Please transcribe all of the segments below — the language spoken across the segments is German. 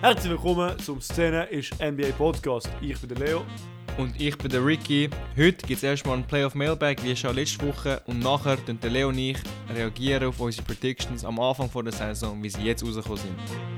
Herzlich willkommen zum Szene ist NBA Podcast. Ich bin der Leo. Und ich bin der Ricky. Heute gibt es erstmal ein Playoff Mailbag, wie schon letzte Woche. Und nachher reagieren der Leo und ich reagieren auf unsere Predictions am Anfang der Saison, wie sie jetzt rausgekommen sind.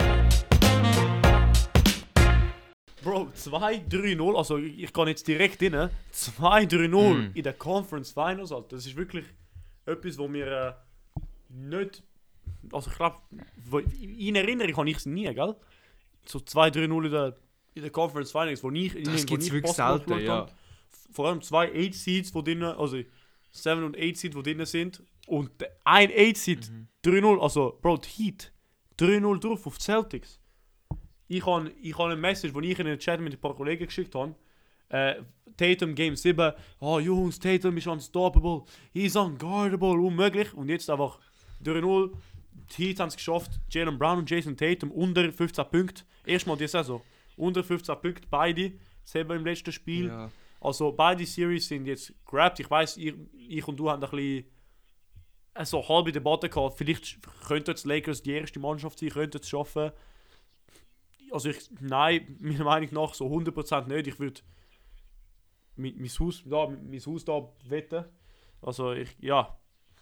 Bro, 2-3-0, also ich gehe jetzt direkt rein. 2-3-0 in der Conference Finals, Alter. Das ist wirklich etwas, wo mir nicht... Also ich glaube, in Erinnerung habe ich es nie, gell? So 2-3-0 in der Conference Finals, wo ich... Das gibt es wirklich selten, ja. Vor allem 2 8-Seeds, die drin, also 7 und 8 Seeds, die drin sind. Und ein 8-Seed, 3-0, also Bro, die Heat, 3-0 drauf auf die Celtics. Ich habe eine Message, die ich in den Chat mit ein paar Kollegen geschickt habe. Tatum Game 7. Oh Jungs, Tatum ist unstoppable. He's unguardable, unmöglich. Und jetzt einfach 3-0. Die Heat haben es geschafft. Jaylen Brown und Jason Tatum unter 15 Punkte. Erstmal diese Saison. Unter 15 Punkte, beide. Selber im letzten Spiel. Ja. Also beide Series sind jetzt grabbed. Ich weiss, ich und du haben ein bisschen so halbe Debatte gehabt. Vielleicht könnten jetzt Lakers die erste Mannschaft sein, könnten es schaffen. Also nein, meiner Meinung nach so 100% nicht. Ich würde mein Haus da wetten. Also ja.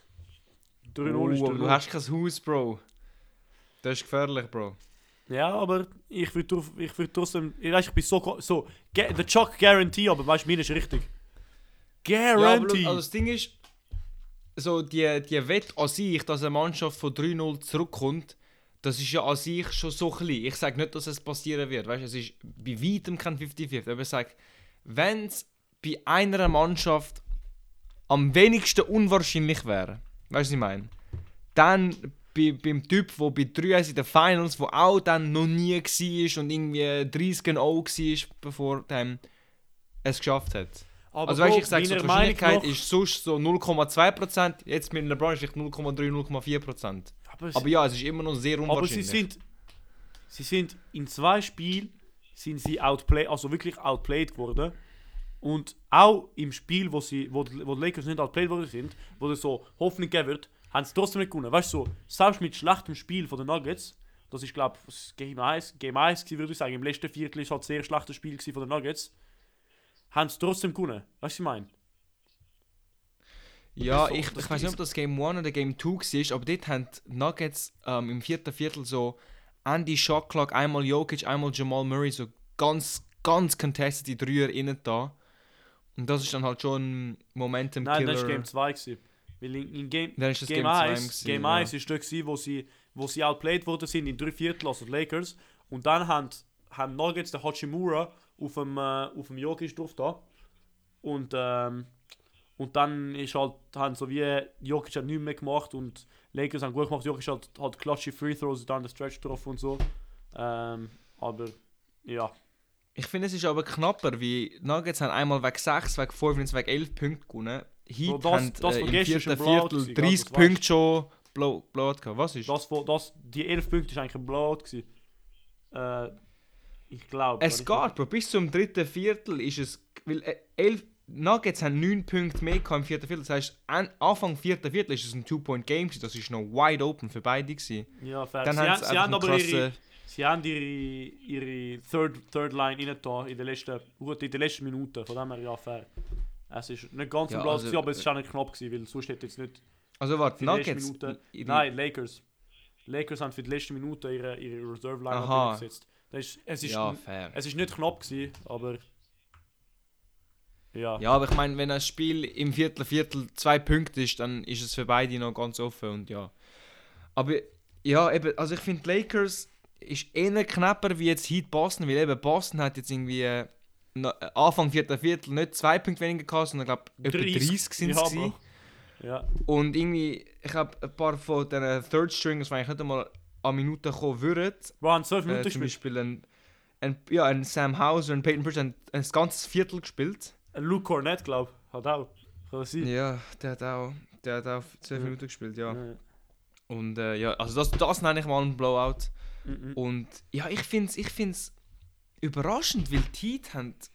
3-0 ist 3-0. Du hast kein Haus, Bro. Das ist gefährlich, Bro. Ja, aber ich würde trotzdem... Ich bin so der Chuck Guarantee, aber weißt du, mir ist richtig. Guarantee! Ja, aber das Ding ist, so die Wette an sich, dass eine Mannschaft von 3-0 zurückkommt, das ist ja an sich schon so klein. Ich sage nicht, dass es passieren wird. Weißt, es ist bei weitem kein 50-50. Aber ich sage, wenn es bei einer Mannschaft am wenigsten unwahrscheinlich wäre, weißt du, was ich meine? Dann beim Typ, der bei 3 in den Finals, der auch dann noch nie war und irgendwie 30-0 war, bevor er es geschafft hat. Aber also weißt, ich sage, so, die Wahrscheinlichkeit ist sonst so 0,2%, jetzt mit LeBron ist vielleicht 0,3, 0,4%. Aber ja, es ist immer noch sehr unwahrscheinlich. Aber sie sind in 2 Spielen sind sie wirklich outplayed worden. Und auch im Spiel, wo die Lakers nicht outplayed worden sind, wo es so Hoffnung gegeben wird, haben sie trotzdem nicht gewonnen. Weißt du, so, selbst mit schlechtem Spiel von den Nuggets, das ist glaube ich Game 1 würde ich sagen, im letzten Viertel war halt ein sehr schlechtes Spiel von den Nuggets, haben sie trotzdem gewonnen. Weißt du, was ich meine? Ja, so, ich weiß nicht, ob das Game 1 oder Game 2 war, aber dort haben die Nuggets im 4. Viertel so Andy Shot Clock, einmal Jokic, einmal Jamal Murray, so ganz contested die Dreier innen da. Und das ist dann halt schon ein Momentum-Killer. Nein, das war Game 2 gewesen. Weil in Game 1 war das, wo sie outplayed worden sind in 3 Viertel, also die Lakers. Und dann haben Nuggets den Hachimura auf dem Jokic drauf da. Und dann ist halt, haben so wie Jokic hat nichts mehr gemacht und Lakers haben gut gemacht. Jokic hat halt klatsche Free Throws dann den Stretch drauf und so. Aber ja. Ich finde, es ist aber knapper, wie Nuggets haben einmal wegen 6, wegen 5 und wegen 11 Punkte gewonnen. Heat haben im 4. Viertel 30 Punkte schon Blowout gehabt. Was ist? Die 11 Punkte war eigentlich ein Blowout. Ich glaube. Es geht, Bro. Bis zum 3. Viertel ist es... Weil 11 Nuggets haben 9 Punkte mehr im 4. Viertel. Das heisst, Anfang 4. Viertel ist es ein 2-Point-Game. Das war noch wide open für beide. Ja, fair. Dann sie haben aber ihre Third Line rein da in den letzten Minuten. Von dem her ja fair. Es ist nicht ganz im Platz, aber es war auch nicht knapp gewesen, weil sonst hätte jetzt nicht... Also warte, Nuggets? Nein, Lakers. Lakers haben für die letzten Minuten ihre Reserve Line gesetzt. Es ist nicht knapp gewesen, aber... Ja, aber ich meine, wenn ein Spiel im Viertel 2 Punkte ist, dann ist es für beide noch ganz offen und ja. Aber ja, eben, also ich finde Lakers ist eher knapper wie jetzt Heat Boston, weil eben Boston hat jetzt irgendwie Anfang 4. Viertel nicht 2 Punkte weniger gehabt, sondern ich glaube etwa 30 sind es. Ja. Und irgendwie, ich habe ein paar von diesen Third Stringers, die eigentlich nicht einmal an Minuten kommen würden. Waren 12 Minuten zum Beispiel ein Sam Hauser und Peyton Pritchard haben ein ganzes Viertel gespielt. Luke Cornett, glaube ich, hat auch. Kann das sein? Ja, der hat auch 12 Minuten gespielt, ja. Und ja, also das nenne ich mal ein Blowout. Und ja, ich find's überraschend, weil die Heat haben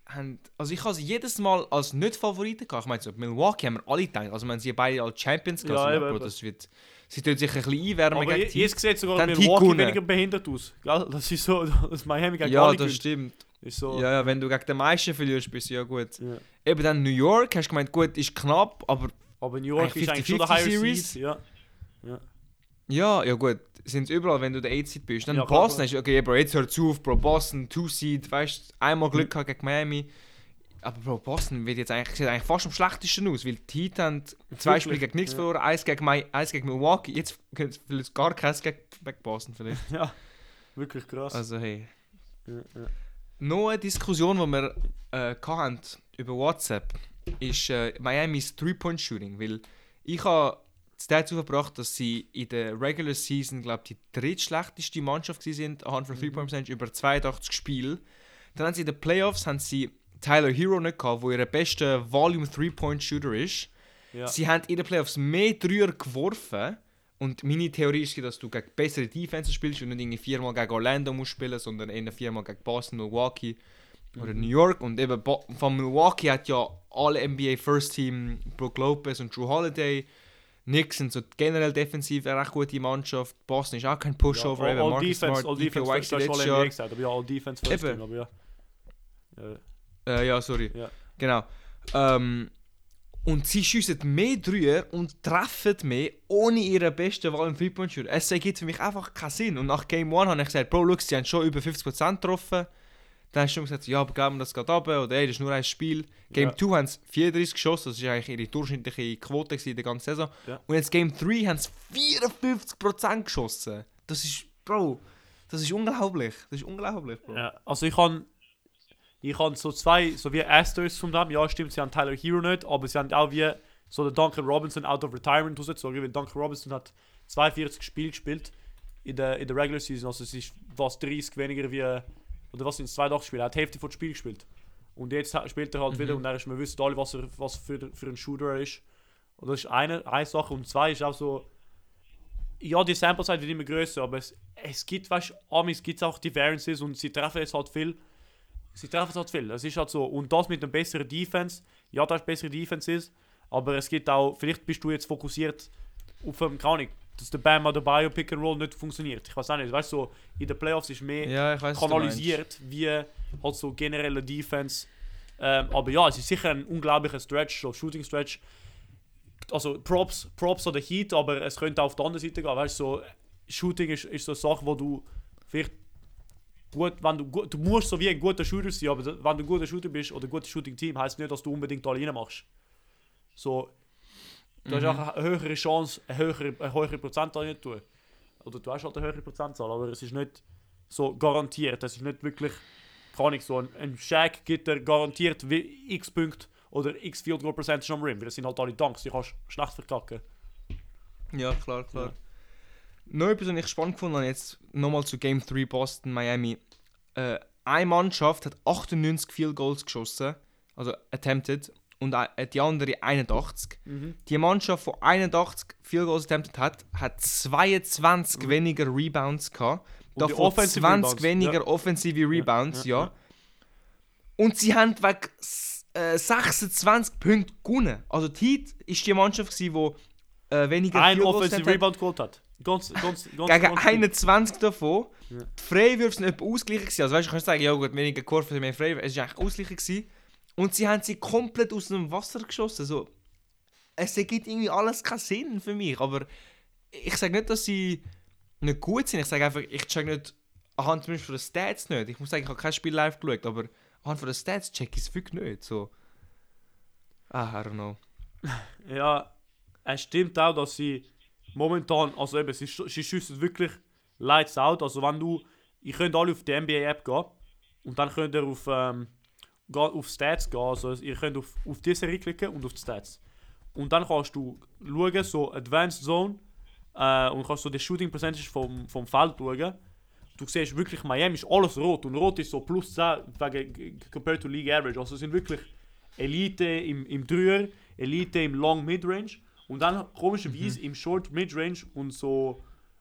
also ich habe sie jedes Mal als Nicht-Favoriten gehabt. Ich meine, so Milwaukee haben wir alle gedacht. Also man sie beide als Champions gehabt. Ja, Bro, eben. das wird... Sie tun sich ein bisschen einwärmen Aber gegen jetzt sieht sogar Dann Milwaukee Heat weniger behindert aus. Gell? Das ist so, das Miami gegen Ja, alle das gewinnt. stimmt. Ist so, Ja, wenn du gegen den meisten verlierst, bist du ja gut. ja. Eben dann New York, hast du gemeint, gut, ist knapp, aber Aber New York Eigentlich ist eigentlich schon der 50-50 Higher Series. Seed. Ja. ja gut, sind es überall, wenn du der 8-Seed bist. Dann Ja, klar, Boston ist, okay, Bro, jetzt hört zu auf, Bro, Boston, 2-Seed, weißt du, einmal Glück gehabt gegen Miami. Aber Bro, Boston sieht eigentlich fast am schlechtesten aus, weil die Heat haben 2 Spiele gegen nichts verloren, eins gegen Milwaukee, jetzt vielleicht gar keins gegen Boston vielleicht. Ja, wirklich krass. Also hey. Ja. Noch eine Diskussion, die wir hatten über WhatsApp, ist Miamis 3-Point-Shooting, weil ich habe dazu verbracht, dass sie in der Regular Season, glaube ich, die drittschlechteste Mannschaft waren, anhand von 3-Point-Percentage über 82 Spiele. Dann haben sie in den Playoffs Tyler Hero nicht gehabt, der ihr bester Volume 3-Point-Shooter ist. Ja. Sie haben in den Playoffs mehr Dreier geworfen. Und meine Theorie ist, dass du gegen bessere Defenses spielst und nicht irgendwie 4-mal gegen Orlando musst spielen, sondern eher 4-mal gegen Boston, Milwaukee oder New York. Und eben von Milwaukee hat ja alle NBA First Team, Brook Lopez und Drew Holiday. Knicks sind so generell defensiv eine recht gute Mannschaft. Boston ist auch kein Pushover. Ja, eben all Defense first, das ist letztes all Jahr. NBA gesagt, aber ja, all Defense first Eben. Team, aber ja. Ja, sorry. Ja. Genau. Und sie schiessen mehr Dreier und treffen mehr ohne ihren besten Wahl im 3-Point-Shooter. Es ergibt für mich einfach keinen Sinn. Und nach Game 1 habe ich gesagt, Bro, look, sie haben schon über 50% getroffen. Dann hast du gesagt, ja, aber geben wir das gerade runter. Oder ey, das ist nur ein Spiel. Game 2 haben sie 34 geschossen. Das war eigentlich ihre durchschnittliche Quote in der ganzen Saison. Ja. Und jetzt Game 3 haben sie 54% geschossen. Das ist, Bro, das ist unglaublich. Das ist unglaublich, Bro. Ja, also ich habe so zwei, so wie Asterisks von dem. Ja, stimmt, sie haben Tyler Hero nicht, aber sie haben auch wie so den Duncan Robinson out of retirement rausgezogen, weil Duncan Robinson hat 42 Spiele gespielt in der Regular Season, also es ist fast 30 weniger wie, oder was sind es, 82 Spiele, er hat die Hälfte von Spiel gespielt. Und jetzt spielt er halt wieder und dann ist, wir wissen alle, was für ein Shooter er ist. Und das ist eine Sache. Und zwei ist auch so, ja, die Sample Size wird immer größer, aber es gibt, weißt du, Amis gibt es auch die Variances und sie treffen jetzt halt viel. Es ist halt so. Und das mit einer besseren Defense, ja, da ist bessere Defenses, aber es gibt auch, vielleicht bist du jetzt fokussiert auf, keine Ahnung, dass der Bam oder Bio Pick and Roll nicht funktioniert. Ich weiß auch nicht, weißt du, so, in den Playoffs ist mehr Ja, ich weiss, was du kanalisiert, wie halt so generelle Defense. Aber ja, es ist sicher ein unglaublicher Stretch, so Shooting Stretch. Also Props an den Heat, aber es könnte auch auf der anderen Seite gehen. Weißt du, so, Shooting ist so eine Sache, wo du vielleicht gut, du musst so wie ein guter Shooter sein, aber wenn du ein guter Shooter bist oder ein gutes Shooting-Team, heisst nicht, dass du unbedingt alle reinmachst. So, du hast auch eine höhere Chance, eine höhere Prozentzahl nicht tun. Oder du hast halt eine höhere Prozentzahl, aber es ist nicht so garantiert. Es ist nicht wirklich, keine Ahnung, so ein Shaq gibt dir garantiert wie x Punkte oder x Field Goal Percentage am Rim, weil das sind halt alle Dunks, die kannst du schlecht verkacken. Ja, klar. Ja. Noch etwas, was ich spannend fand, jetzt nochmal zu Game 3 Boston, Miami. Eine Mannschaft hat 98 Field Goals geschossen, also attempted, und die andere 81. Die Mannschaft, die 81 Field Goals attempted hat 22 weniger Rebounds gehabt. Und die Davon Offensive 20 Rebounds, weniger ja. Offensive Rebounds, Ja. Und sie haben wegen 26 Punkte gewonnen. Also die Heat ist die Mannschaft, die weniger Ein Field Goals Offensive attempted hat. Rebound geholt hat. Ganz Gegen gut. 21 davon. Ja. Die Freiwürfe sind etwa ausgeglichen gewesen. Also weißt, du kannst sagen, ja gut, weniger Kurven, mehr Freiwürfe. Es war eigentlich ausgeglichen gewesen. Und sie haben sie komplett aus dem Wasser geschossen. So, es ergibt irgendwie alles keinen Sinn für mich. Aber ich sage nicht, dass sie nicht gut sind. Ich sage einfach, ich check nicht anhand zum Beispiel von den Stats nicht. Ich muss sagen, ich habe kein Spiel live geschaut, aber anhand von den Stats check ich es wirklich nicht. So. I don't know. Ja, es stimmt auch, dass sie momentan, also eben, sie schiessen wirklich lights out. Also wenn ihr könnt alle auf die NBA-App gehen und dann könnt ihr auf Stats gehen. Also ihr könnt auf diese Serie klicken und auf die Stats. Und dann kannst du schauen, so Advanced Zone, und kannst so die Shooting Percentage vom Feld schauen. Du siehst wirklich, Miami ist alles rot und rot ist so plus 10 compared to League Average. Also sind wirklich Elite im Dreier, Elite im Long Midrange und dann komischerweise im Short Midrange und so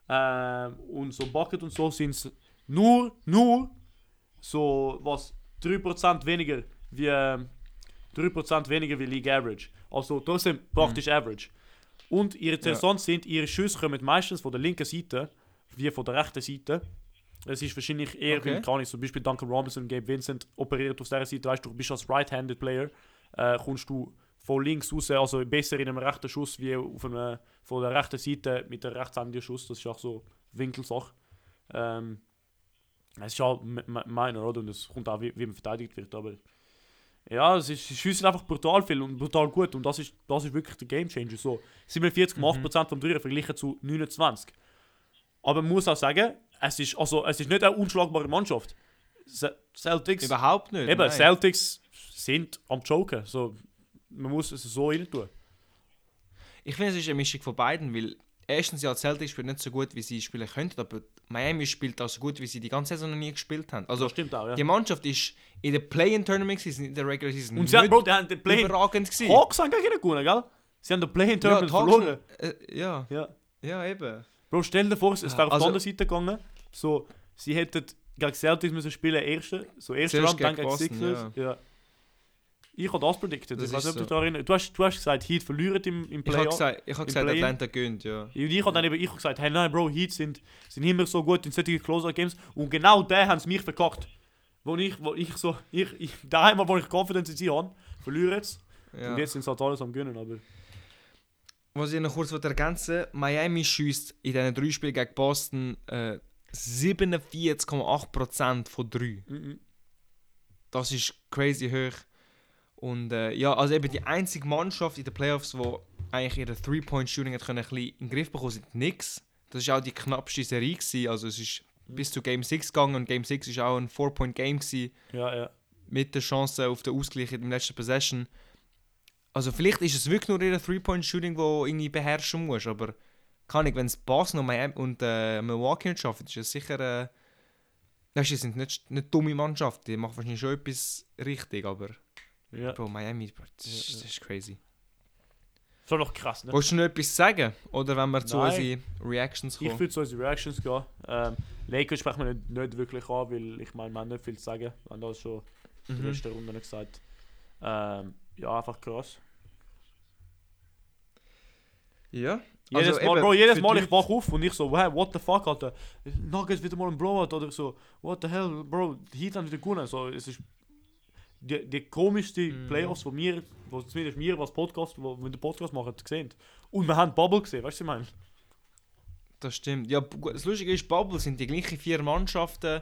Bucket und so sind es nur so was 3% weniger wie 3% weniger wie League Average. Also trotzdem praktisch Average. Und ihre Saisons sind, ihre Schüsse kommen meistens von der linken Seite, wie von der rechten Seite. Es ist wahrscheinlich eher, weil, kann ich zum Beispiel Duncan Robinson und Gabe Vincent operiert auf dieser Seite. Weißt du, bist als Right-Handed Player, kommst du von links raus, also besser in einem rechten Schuss wie auf einem, von der rechten Seite mit der rechtshändigen Schuss. Das ist auch so Winkelsache. Es ist halt meiner, oder? Und es kommt auch, wie man verteidigt wird. Aber ja, sie schiessen einfach brutal viel und brutal gut. Und das ist wirklich der Gamechanger. So 47,8% vom Dreier verglichen zu 29%. Aber man muss auch sagen, es ist nicht eine unschlagbare Mannschaft. Celtics. Überhaupt nicht. Eben, Celtics sind am Joken. So, man muss es so rein tun. Ich finde, es ist eine Mischung von beiden, weil erstens ja, Celtics spielt nicht so gut, wie sie spielen könnten, aber Miami spielt auch so gut, wie sie die ganze Saison noch nie gespielt haben. Also, das stimmt auch, ja. Die Mannschaft ist in der Play-in-Tournament gewesen, in der Regular Season und sie haben, Bro, die haben den Play-in überragend gewesen. Hawks haben gegen ihn gewonnen, gell? Sie haben den Play-in-Tournament verloren. Ja, eben. Bro, stell dir vor, es wäre auf also, die andere Seite gegangen. So, sie hätten gegen Celtics müssen spielen, erste Round, dann gegen Sixers. Ja. Ich habe das predicted. Ich weiß nicht, ob du daran erinnerst. Du hast gesagt, Heat verlieren im Playoff. Ich habe gesagt, Atlanta gönnt, ja. Und ich habe dann eben gesagt, hey nein, Bro, Heat sind immer so gut in solchen Closeout-Games. Und genau da haben sie mich verkackt. Wo ich daheim, wo ich Confidence in sie habe, verliere jetzt. Ja. Und jetzt sind sie halt alles am Gönnen, aber... Was ich noch kurz ergänzen will, Miami schiesst in diesen 3 Spielen gegen Boston 47,8% von 3. Das ist crazy hoch. Und also eben die einzige Mannschaft in den Playoffs, die eigentlich ihre 3-Point-Shooting ein bisschen in den Griff bekommen, sind Knicks. Das war auch die knappste Serie gewesen. Also es ist bis zu Game 6 gegangen und Game 6 war auch ein 4-Point-Game gewesen. Ja. Mit der Chance auf den Ausgleich in der letzten Possession. Also vielleicht ist es wirklich nur ihre 3-Point-Shooting, wo irgendwie beherrschen muss, aber kann ich, wenn es Boston und Milwaukee nicht schaffen, ist es sicher... die sind nicht dumme Mannschaft, die machen wahrscheinlich schon etwas richtig, aber... Ja. Bro, Miami, das ist crazy. Schon noch krass, ne? Wolltest du noch etwas sagen? Oder wenn wir zu unseren Reactions kommen? Ich würde zu unseren Reactions gehen. Lakers sprechen wir nicht wirklich an, weil ich meine, wir haben nicht viel zu sagen. Wir haben das schon in der letzten Runde gesagt. Ja, einfach krass. Ja. Jedes Mal ich wach auf und ich so, hey, what the fuck, Alter. Nuggets wieder mal ein Blowout oder so. What the hell, Bro, die Heat haben wieder gewonnen. So, es ist die komischste Playoffs, wo zumindest wir als Podcast, wo wir den Podcast machen, gesehen. Und wir haben Bubble gesehen, weißt du, was ich meine? Das stimmt. Ja, das Lustige ist, Bubble sind die gleichen 4 Mannschaften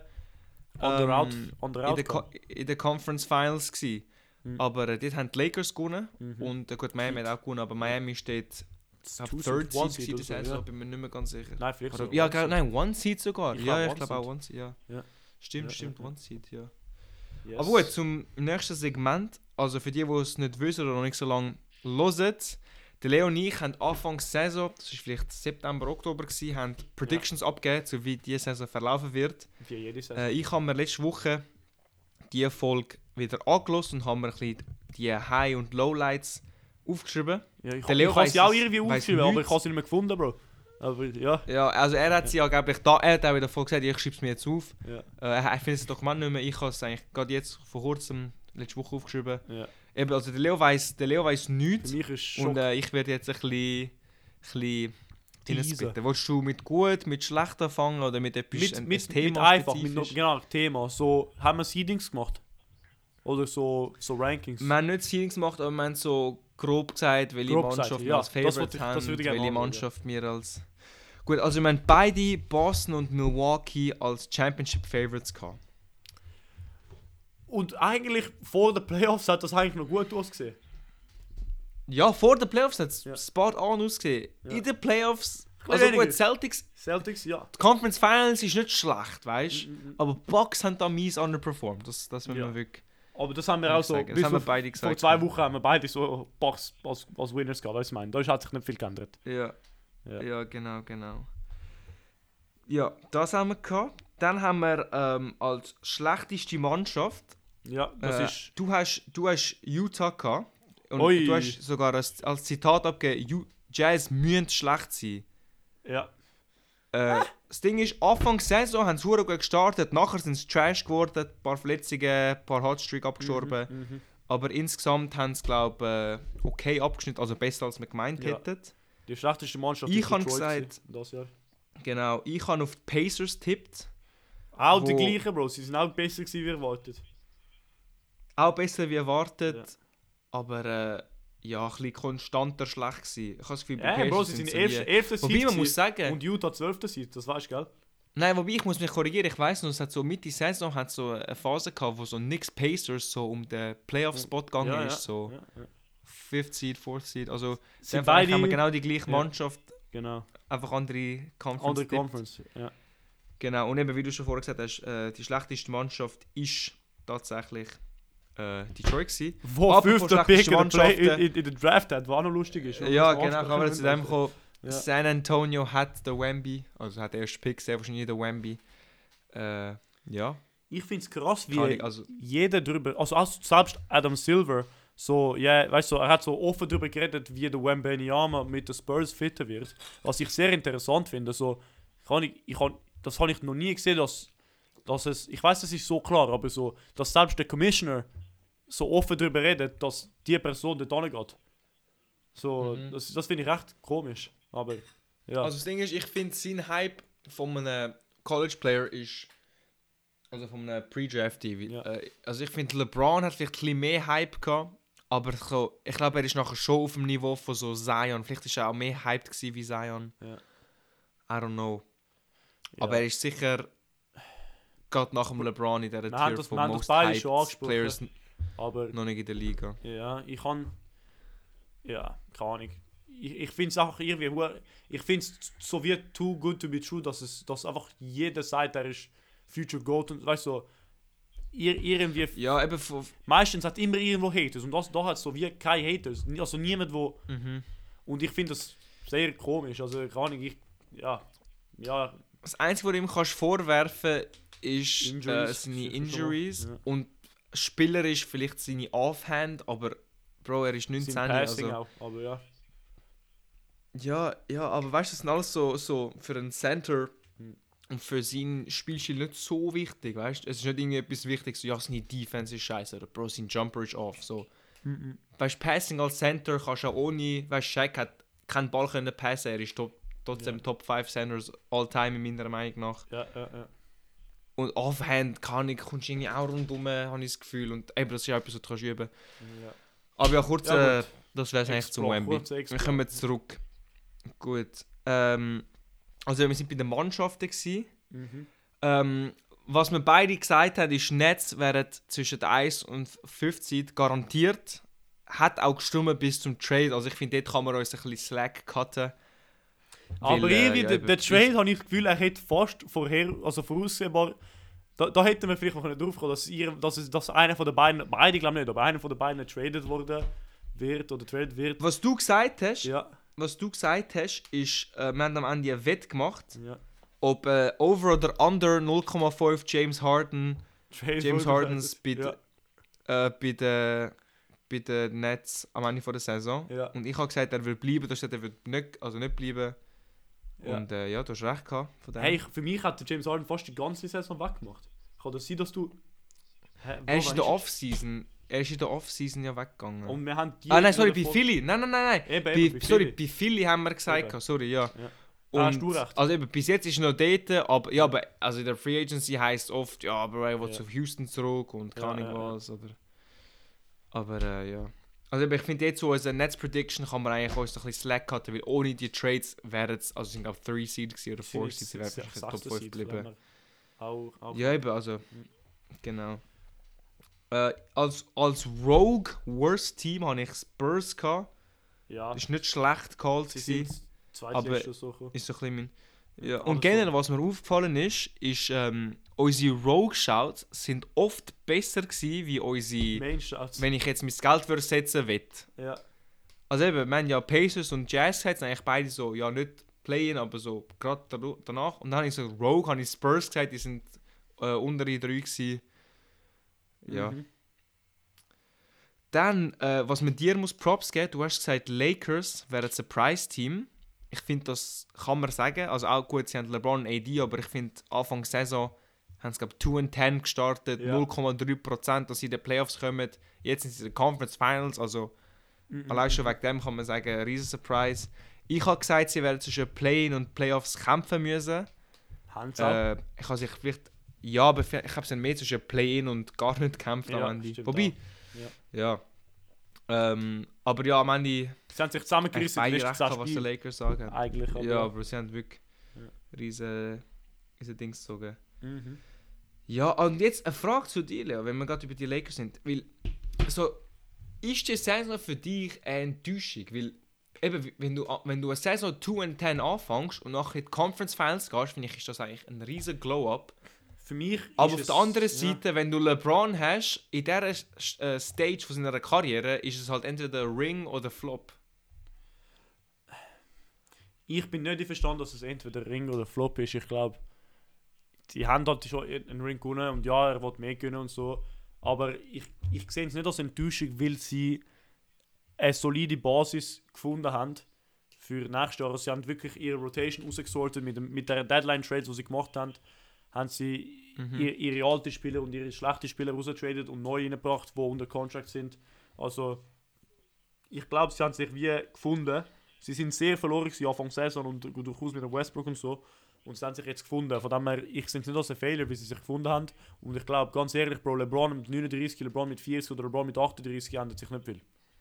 in der Conference Finals gewesen. Aber dort haben die Lakers gewonnen und gut, Miami hat auch gewonnen, aber Miami steht Third Seed in der Saison, bin mir nicht mehr ganz sicher. Nein, vielleicht so. Ja, nein, One Seed sogar. Ich glaube auch One Seed, ja. Stimmt, One Seed, ja. Yes. Aber gut, zum nächsten Segment, also für die es nicht wissen oder noch nicht so lange hören, der Leo und ich haben Anfang der Saison, das war vielleicht September, Oktober, haben Predictions abgegeben, so wie diese Saison verlaufen wird. Für jede Saison. Ich habe mir letzte Woche die Folge wieder angehört und habe mir ein bisschen die High- und Lowlights aufgeschrieben. Ja, ich habe sie auch irgendwie aufgeschrieben, aber ich habe sie nicht mehr gefunden, Bro. Aber ja. Ja, also er hat sie angeblich er hat auch wieder voll gesagt, ich schreibe es mir jetzt auf. Ja. Er findet das Dokument nicht mehr, ich habe es eigentlich gerade jetzt vor kurzem, letzte Woche aufgeschrieben. Ja. Eben, also der Leo weiss nichts. Für mich ist Schock. Und ich werde jetzt ein bisschen teasen. Willst du mit gut, mit schlecht anfangen oder mit etwas mit einfach, genau, Thema. So, haben wir Seedings gemacht? Oder so Rankings? Wir haben nicht Seedings gemacht, aber wir haben so grob gesagt, welche Mannschaft wir als Favorite haben, welche Mannschaft wir als... Gut, also wir haben beide Boston und Milwaukee als Championship Favorites gehabt. Und eigentlich vor den Playoffs hat das eigentlich noch gut ausgesehen. Ja, vor den Playoffs hat es spot on ausgesehen. Ja. In den Playoffs, also gut, Celtics, ja. Die Conference Finals ist nicht schlecht, weißt du? Aber Bucks haben da mies underperformed. Das will man wirklich... Aber das haben wir auch so, bis beide gesagt, vor 2 Wochen haben wir beide so Bucks als Winners gehabt, weißt du, ich meine. Da hat sich nicht viel geändert. Ja, genau. Ja, das haben wir gehabt. Dann haben wir als schlechteste Mannschaft... Ja, das ist... Du hast Utah gehabt. Und du hast sogar als Zitat abgegeben, Jazz müssen schlecht sein. Ja. Das Ding ist, Anfang der Saison haben sie verdammt gut gestartet, nachher sind sie Trash geworden, ein paar Verletzungen, ein paar Hotstreak abgestorben. Aber insgesamt haben sie, glaube ich, okay abgeschnitten, also besser als wir gemeint hätten. Die schlechteste Mannschaft Ich habe Detroit gesagt, das Jahr. Genau, ich habe auf die Pacers tippt. Auch die gleichen, Bro. Sie sind auch besser gewesen, wie erwartet. Auch besser wie erwartet, Ja. aber ja, ein bisschen konstanter schlecht gewesen. Ich habe das Gefühl, bei Bro, Pacers sie sind so 11. Wobei Seed man muss sagen... und Utah 12. Seed, das weißt du, gell? Nein, wobei ich muss mich korrigieren, ich weiss noch, es hat so Mitte Saison hat so eine Phase gehabt, wo so Knicks Pacers so um den Playoff-Spot gegangen ist, so 5th Seed, 4th Seed, also sind beide haben wir genau die gleiche Mannschaft, genau. einfach andere Conference. Andere Conference, ja. Genau, und eben wie du schon vorher gesagt hast, die schlechteste Mannschaft ist tatsächlich Detroit gewesen. Wo Aber 5. von Pick schlechtesten in der Draft hat, was auch noch lustig ist. Ja, genau, kann man zu dem kommen. Ja. San Antonio hat den Wemby, also hat der erste Pick sehr wahrscheinlich den Wemby. Ja. Ich finde es krass, wie Also, jeder drüber, also selbst Adam Silver, so, ja, weißt du, er hat so offen darüber geredet, wie der Wembanyama mit den Spurs fitter wird. Was ich sehr interessant finde, so, das habe ich noch nie gesehen, dass es, ich weiß, das ist so klar, aber so, dass selbst der Commissioner so offen darüber redet, dass die Person dort angeht. So, das finde ich recht komisch, aber, ja. Also das Ding ist, ich finde sein Hype von einem College-Player ist, also von einem Pre-Draft-TV. Ja. Also ich finde, LeBron hat vielleicht ein bisschen mehr Hype gehabt, aber so, ich glaube, er ist nachher schon auf dem Niveau von so Zion. Vielleicht ist er auch mehr hyped gewesen wie Zion. Ja. I don't know. Ja. Aber er ist sicher gerade nach dem LeBron in dieser Wir haben Tier das- von wir haben das most beide hyped schon angesprochen. Players Aber noch nicht in der Liga. ja, ich kann. Ja, keine Ahnung. Ich finde es einfach irgendwie. Ich finde es so wie too good to be true, dass einfach jeder sagt, er ist Future Goat und weißt du, irgendwie. Ja, eben von... Meistens hat immer irgendwo Haters und da hat es so wie keine Haters. Also niemand, wo. Und ich finde das sehr komisch. Also keine Ahnung, ja. Das Einzige, was du ihm kannst vorwerfen ist Injuries. seine Sicher Injuries. schon, ja. Und spielerisch vielleicht seine Offhand, aber Bro, er ist 19. Sein Passing Also, auch, aber ja. ja, aber weißt du, das sind alles so für einen Center und für seinen Spielstil nicht so wichtig, weißt du? Es ist nicht irgendwie etwas Wichtiges, so, ja, seine Defense ist scheiße oder Bro, sein Jumper ist off, so. Weißt du, Passing als Center kannst du auch ohne, weißt du, Shaq hat keinen Ball können passen, er ist trotzdem Top 5 Centers all time in meiner Meinung nach. Ja. Und Offhand kommst du irgendwie auch rundherum, habe ich das Gefühl. Und eben, das ist auch etwas, was du kannst üben. Ja. Aber ja, kurz, Ja, gut. das wäre es eigentlich zum Wemby. Kurzer Wir Explore. kommen zurück. Gut. Also wir sind bei den Mannschaften gewesen. Was wir beide gesagt haben, ist, Nets wären zwischen 1 und 5 Seed garantiert. Hat auch gestimmt bis zum Trade. Also ich finde, dort kann man uns ein bisschen Slack cutten. Aber Weil, irgendwie, ja, der Trade habe ich das Gefühl, er hätte fast voraussehbar. Da hätten wir vielleicht noch drauf kommen, dass einer von den beide glaube nicht, aber einer von den beiden getradet worden wird oder traded wird. Was du gesagt hast, Ja. ist, wir haben am Ende ein Wett gemacht, Ja. ob over oder under 0,5 James Hardens bei den Nets am Ende der Saison. Ja. Und ich habe gesagt, er will bleiben, du hast gesagt, er will nicht bleiben. Ja. Und ja, du hast recht gehabt von dem. Hey, für mich hat der James Harden fast die ganze Saison weggemacht. Kann das sein, dass du... Er ist in der Off-Season ja weggegangen. Und wir haben die... Nein, sorry, bei Philly. Nein. Eben, Bei Philly haben wir gesagt, Eben. sorry, ja. Hast du recht. Also eben, bis jetzt ist er noch dort, aber ja, aber also in der Free Agency heisst oft, ja, aber er will Ja. zu Houston zurück und keine Ahnung Ja. was, oder... Aber ja. Also eben, ich finde jetzt so als eine Nets Prediction kann man eigentlich uns ein bisschen Slack cutten, weil ohne die Trades wären es, also sind glaube 3 Seed gewesen oder 4 Seed, sie wären wahrscheinlich Top 5 geblieben. Auch Ja, eben, also, genau. Als Rogue Worst Team hatte ich Spurs gehabt. ja. Das war nicht schlecht gehalten. Sie gewesen. sind aber- zweitletzte so gekommen. Ist so ein bisschen mein... Ja. alles Und generell, was mir aufgefallen ist, unsere Rogue-Shouts sind oft besser gewesen, wie unsere... Mensch, als... Wenn ich jetzt mein Geld würde setzen will. Ja. Also eben, wir haben ja Pacers und Jazz gehabt, sind eigentlich beide so, ja nicht Play-in, aber so gerade danach. Und dann habe ich so Rogue, habe ich Spurs gesagt, die sind untere 3 gewesen. Ja. Mhm. Dann, was man dir muss Props geben, du hast gesagt, Lakers wären ein Surprise-Team. ich finde, das kann man sagen. Also auch gut, sie haben LeBron und AD, aber ich finde, Anfang Saison haben sie, glaube ich, 2-10 gestartet, Ja. 0,3%, dass sie in die Playoffs kommen. Jetzt sind sie in den Conference Finals, also allein schon wegen dem kann man sagen, ein riesen Surprise. Ich habe gesagt, sie werden zwischen Play-In und Playoffs kämpfen müssen. Haben sie auch. Ich habe sich vielleicht... Ja, aber ich habe es mehr zwischen Play-In und gar nicht gekämpft Ja, am Ende. stimmt Wobei... auch. Ja. Aber ja, am Ende... Sie haben sich Ich zusammengerissen, beide die recht letzten gehabt, was die 10 Spiele. Lakers sagen. Eigentlich, aber Ja, aber sie haben wirklich Ja. riesen Dings gezogen. Mhm. Ja, und jetzt eine Frage zu dir, Leo, wenn wir gerade über die Lakers sind. Weil, so, ist die Saison für dich eine Enttäuschung? Weil, eben, wenn du eine Saison 2-10 anfängst und nachher in die Conference Finals gehst, finde ich, ist das eigentlich ein riesen Glow-Up. Für mich Aber ist auf der anderen Seite, wenn du LeBron hast, in dieser Stage von seiner Karriere, ist es halt entweder Ring oder Flop. Ich bin nicht verstanden, dass es entweder Ring oder Flop ist. Ich glaube, die haben halt schon einen Ring gewonnen und ja, er will mehr gewinnen und so. Aber ich sehe es nicht als Enttäuschung, weil sie eine solide Basis gefunden haben für nächstes Jahr. Sie haben wirklich ihre Rotation rausgesortet mit der Deadline-Trades, die sie gemacht haben. Haben sie ihre alten Spieler und ihre schlechten Spieler rausgetradet und neu reingebracht, die unter Contract sind. Also, ich glaube, sie haben sich wie gefunden. Sie sind sehr verloren gewesen, Anfang der Saison und durchaus mit dem Westbrook und so. Und sie haben sich jetzt gefunden. Von dem her, ich sehe es nicht als ein Fehler, wie sie sich gefunden haben. Und ich glaube, ganz ehrlich, Bro, LeBron mit 39, LeBron mit 40 oder LeBron mit 38 ändert sich nicht viel.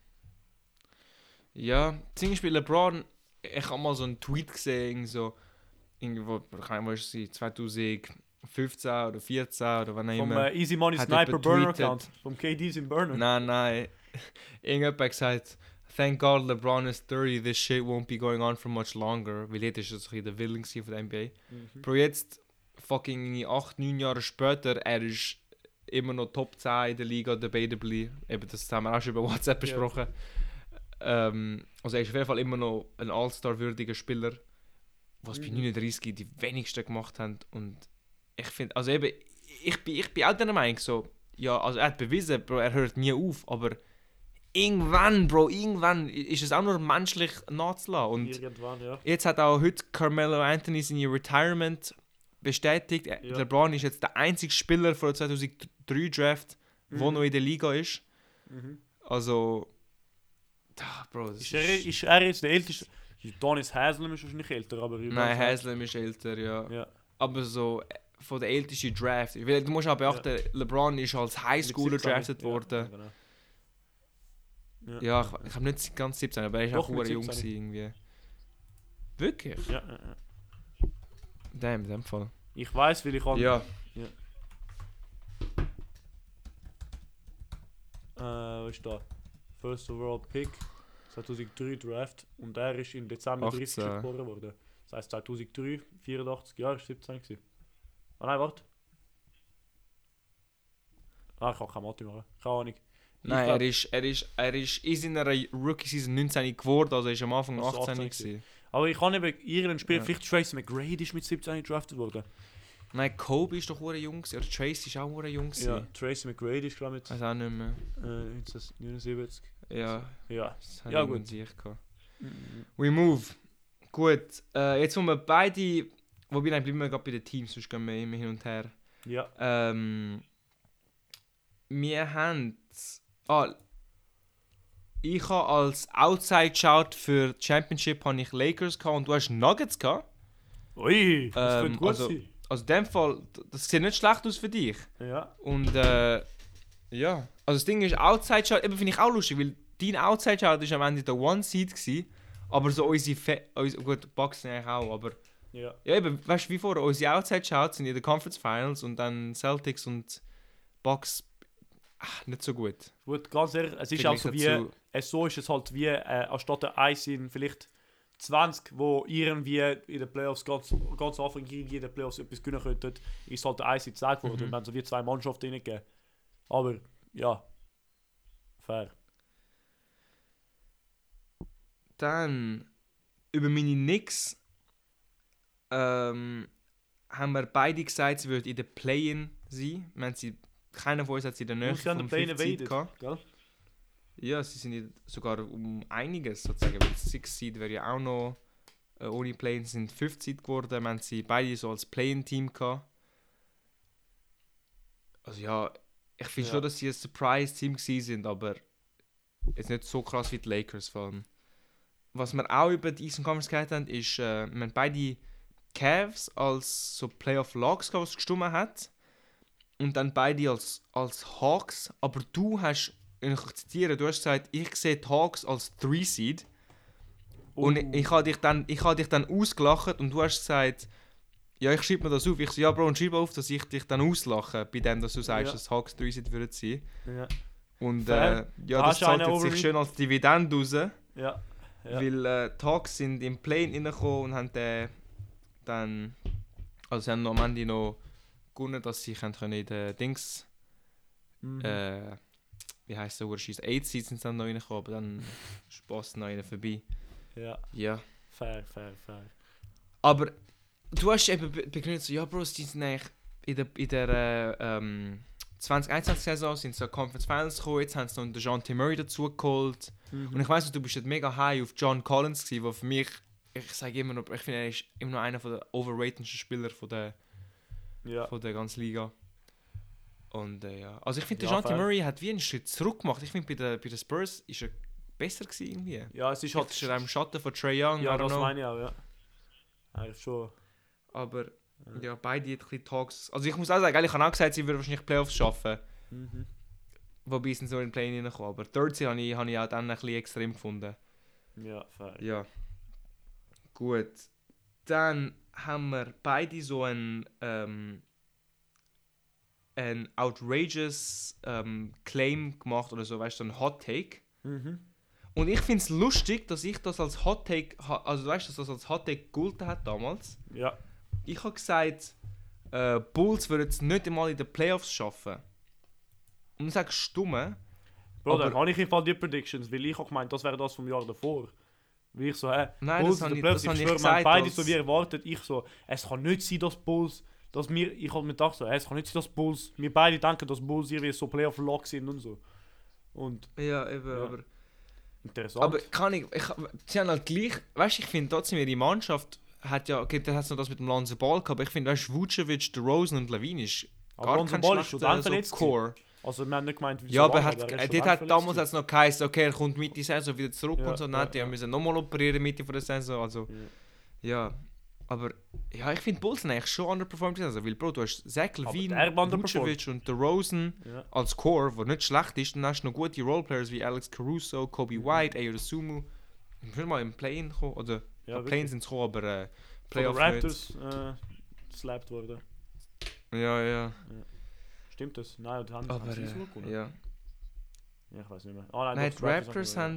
Ja, zum Beispiel LeBron, ich habe mal so einen Tweet gesehen, so, irgendwo, keine Ahnung, 2015 oder 14 oder wann auch Vom immer. Easy Money hat Sniper jemand Burner tweetet- Account. Vom KD's in Burner. Nein. Irgendjemand hat gesagt, thank God LeBron is 30, this shit won't be going on for much longer. Weil jetzt ist das ein bisschen der Willen von der NBA. Bro, jetzt, fucking 8, 9 Jahre später, er ist immer noch Top 10 in der Liga, debatably. Eben, das haben wir auch schon über WhatsApp besprochen. Also er ist auf jeden Fall immer noch ein All-Star-würdiger Spieler, was bei 39 die wenigsten gemacht haben. Und ich finde, also eben, ich bin auch der Meinung so, ja, also er hat bewiesen, Bro, er hört nie auf, aber irgendwann ist es auch nur menschlich nachzulassen. Und Irgendwann, ja. jetzt hat auch heute Carmelo Anthony seine Retirement bestätigt. Ja. LeBron ist jetzt der einzige Spieler von der 2003 Draft, der noch in der Liga ist. Also, Bro, das Ist er jetzt der älteste? Donis Haslem ist wahrscheinlich älter, aber... Nein, Haslem ist älter, ja. Ja. Aber so von der ältesten Draft. Weil du musst auch beachten, LeBron ist als Highschooler drafted worden. Genau. Ja, ich habe nicht ganz 17, aber er ist Doch, auch mit jung 17. irgendwie. Wirklich? Ja. Damn, in dem Fall. Ich weiß, weil ich kann... Ja. Was ist da? First overall Pick 2003 Draft und er ist im Dezember 30 geboren worden. Das heisst 2003, 84 Jahre, ist 17 gewesen. Ah nein, warte. Ich kann keine Mathe machen. Keine Ahnung. Nein, er ist in seiner Rookie-Season 19 geworden, also er ist am Anfang Also 18 18 gewesen. Aber ich kann eben irgendein Spiel, Ja. vielleicht Tracy McGrady ist mit 17 gedraftet worden. Nein, Kobe ist doch hure jung gewesen, oder Tracy ist auch hure jung gewesen. Ja, Tracy McGrady ist glaube ich Weiß auch nicht mehr. 1979. Ja, Ja. das Ja, gut. gut. We move. Gut, jetzt wo wir beide... Wobei, nein, bleiben wir gerade bei den Teams, sonst gehen wir immer hin und her. Ja. Wir haben... ich habe als Outside-Shout für die Championship habe ich Lakers gehabt und du hast Nuggets gehabt. Ui, das könnte gut also- sein. Also in dem Fall, das sieht nicht schlecht aus für dich. Ja. Und ja, also das Ding ist, Outside-Shout, eben finde ich auch lustig, weil dein Outside-Shout war am Ende der One-Seed gewesen, aber so unsere gut, Bucks sind eigentlich auch, aber Ja. ja eben, weißt du, wie vorher, unsere Outside-Shouts sind in den Conference Finals und dann Celtics und Bucks nicht so gut. Gut, ganz ehrlich, es ist auch so wie... So ist es halt wie, anstatt der 1 sind vielleicht 20, wo irgendwie in den Playoffs ganz Anfang gegen jeden Playoffs etwas gewinnen könnten, ist halt der 1 gezeigt worden. Und wir haben so wie 2 Mannschaften reingegeben. Aber, ja. Fair. Dann, über meine Knicks, haben wir beide gesagt, sie würden in der Play-In sein. Keiner von uns hat sie in der Nähe Und sie haben den Play invaded, gehabt. gell? Ja, sie sind sogar um einiges sozusagen, weil 6 Seed wäre ja auch noch ohne Play-in sind 50 geworden. Wir haben sie beide so als Play-in-Team gehabt. Also ja, ich finde schon, dass sie ein Surprise-Team sind, aber jetzt nicht so krass wie die Lakers. Vor allem. Was wir auch über die Eastern Conference gehört haben, ist, wir haben beide Cavs als so Playoff-Logs, was gestimmt hat. Und dann beide als Hawks. Aber du hast, wenn ich zitiere, du hast gesagt, ich sehe die Hawks als 3-Seed. Und ich habe dich dann ausgelacht und du hast gesagt, ja, ich schreibe mir das auf. Ich so, ja Bro, und schreibe auf, dass ich dich dann auslache, bei dem, dass du sagst, dass Hawks 3-Seed würden sein. Ja. Und ja, das zahlt jetzt sich schön als Dividende raus. Ja. Weil die Hawks sind im Play-in reingekommen und haben dann, also sie haben noch am Ende noch gewonnen, dass sie können in den Dings, wie heisst der Urscheiss, 8 Seeds sind dann noch reingekommen, aber dann Spaß noch einer vorbei. Ja. Fair. Aber du hast eben begründet so, ja Bros, die sind eigentlich in der 2021-Saison sind sie in Conference Finals gekommen, jetzt haben sie noch DeJounte Murray dazu geholt. Und ich weiss, du bist mega high auf John Collins gewesen, der für mich, ich sage immer noch, ich finde, er ist immer noch einer der overratedsten Spieler von der ganzen Liga. Und ja, also ich finde, DeJounte Murray hat wie einen Schritt zurück gemacht. Ich finde, bei den Spurs ist er besser gewesen irgendwie. Ja, es ist halt... Ist er im Schatten von Trae Young, ja, das meine ich auch, ja. Eigentlich schon. Aber ja, beide ein bisschen Talks. Also ich muss auch sagen, ich habe auch gesagt, sie würden wahrscheinlich Playoffs schaffen. Wobei sie so in den Play reinkommen. Aber Third Seed habe ich auch dann ein bisschen extrem gefunden. Ja, fair. Ja. Gut. Dann haben wir beide so ein outrageous Claim gemacht oder so, weißt du, so ein Hot Take. Und ich finde es lustig, dass ich das als Hot Take, also weißt du, dass das als Hot Take gegolten hat damals. Ja. Ich habe gesagt, Bulls würden es nicht einmal in den Playoffs schaffen. Und ich sage stumme. Bro, dann habe ich im Fall die Predictions, weil ich auch gemeint, das wäre das vom Jahr davor. Weil ich so, nein, Bulls das habe ich schwöre, gesagt. Beide so wie erwartet, ich so, es kann nicht sein, dass Bulls, ich habe mir gedacht so, es kann nicht sein, dass Bulls, wir beide denken, dass Bulls irgendwie so Playoff-Lock sind und so. Und... Ja, eben, ja. aber... Interessant. Aber sie haben halt gleich, weißt du, ich finde trotzdem, ihre Mannschaft hat ja, okay, da hat es noch das mit dem Lonzo Ball gehabt, aber ich finde, weißt du, Vucevic, DeRozan und Levine ist gar kein schlechter so Core. Also wir haben nicht gemeint, ja, aber dort hat damals jetzt noch geheißen, okay, er kommt Mitte der Saison wieder zurück und so, die müssen nochmal operieren Mitte der Saison, also ja. Aber ja, ich finde Bulls sind eigentlich schon underperformed, also, weil Bro, du hast Zach Levine, Vucevic und DeRozan als Core, der nicht schlecht ist, dann hast du noch gute Roleplayers wie Alex Caruso, Kobe White, Ayo Dosunmu. Ich will mal im Play-in kommen, oder Play-in sind sie gekommen, aber Playoff nicht. Raptors slapped worden. Ja. Stimmt das? Nein, die haben sie so ja. Ja, ich weiß nicht mehr. Nein, die Raptors haben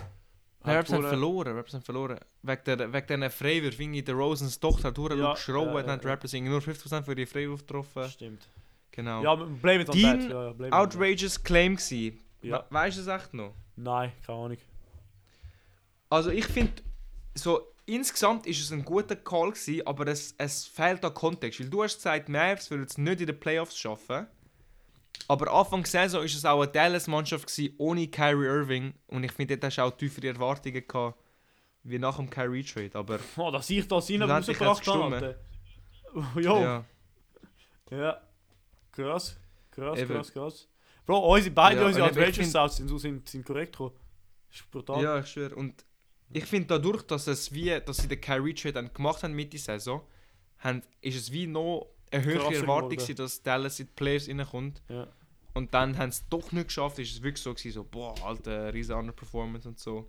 verloren. Wegen diesen Freiwürfen, wie der Rosens Tochter hat geschraubt, haben die Rappers nur 50% für die Freiwürfe getroffen. Stimmt. Genau. Ja, blame it on that. Ja, outrageous Claim gsi. Ja. Weißt du es echt noch? Nein, keine Ahnung. Also ich finde, so insgesamt ist es ein guter Call gsi, aber es fehlt an Kontext. Weil du hast gesagt, Mavs würden es nicht in den Playoffs schaffen. Aber Anfang der Saison war es auch eine Dallas-Mannschaft ohne Kyrie Irving. Und ich finde, dort hast du auch tiefere Erwartungen gehabt, wie nach dem Kyrie-Trade. Aber dass ich das rausgebracht habe. Jo. Ja. Krass. Bro, unsere Outrageous Souths sind korrekt gekommen. Das ist brutal. Ja, ich schwöre. Und ich finde dadurch, dass sie den Kyrie-Trade dann gemacht haben mit der Saison, ist es wie noch eine höhere Erwartung gewesen, dass Dallas in die Playoffs reinkommt. Ja. Und dann haben sie es doch nicht geschafft. Ist es wirklich so gewesen, so, boah, Alter, riesen Underperformance und so.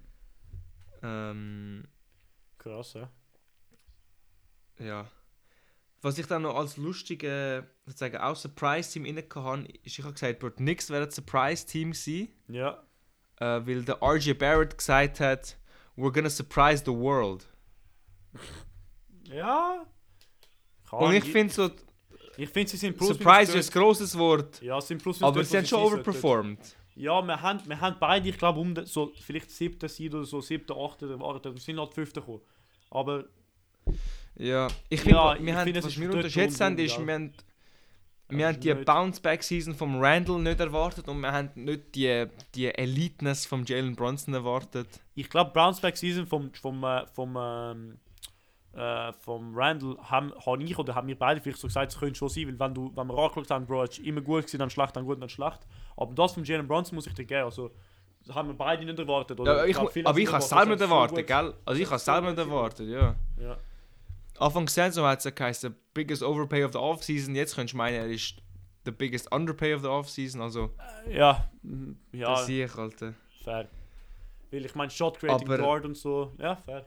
Krass, ja. Ja. Was ich dann noch als lustige, sozusagen auch Surprise-Team hatte, ist, ich habe gesagt, Bro, die Knicks wäre ein Surprise-Team gewesen. Ja. Weil der RJ Barrett gesagt hat, we're gonna surprise the world. Ja. Und ich finde so... Ich finde, sie sind plus Surprise ist ein grosses Wort. Ja, sind plus aber sie haben schon overperformed. Ja, wir haben beide, ich glaube, so vielleicht 7. Seed oder so, 7., 8. erwartet. Wir sind halt 5. gekommen. Aber... Ja, ich finde, was wir unterschätzt haben, ist, wir Wir haben die Bounce-Back-Season vom Randall nicht erwartet und wir haben nicht die Eliteness vom Jalen Brunson erwartet. Ich glaube, Bounce-Back-Season vom Randall haben ich oder haben wir beide vielleicht so gesagt, es könnte schon sein, weil wenn wir angeschaut haben, Bro, es ist immer gut gewesen, dann schlecht, dann gut, dann schlecht. Aber das vom Jalen Brunson muss ich dir geben, also das haben wir beide nicht erwartet. Oder? Ja, aber ich habe es selber nicht erwartet, gell? Also ich habe es selber nicht erwartet, ja. Anfang Saison hat es geheißen, biggest overpay of the offseason. Jetzt könntest du meinen, er ist the biggest underpay of the offseason. Also, ja. Das sehe ich, Alter. Fair. Weil ich meine, Shot Creating Guard und so. Ja, fair.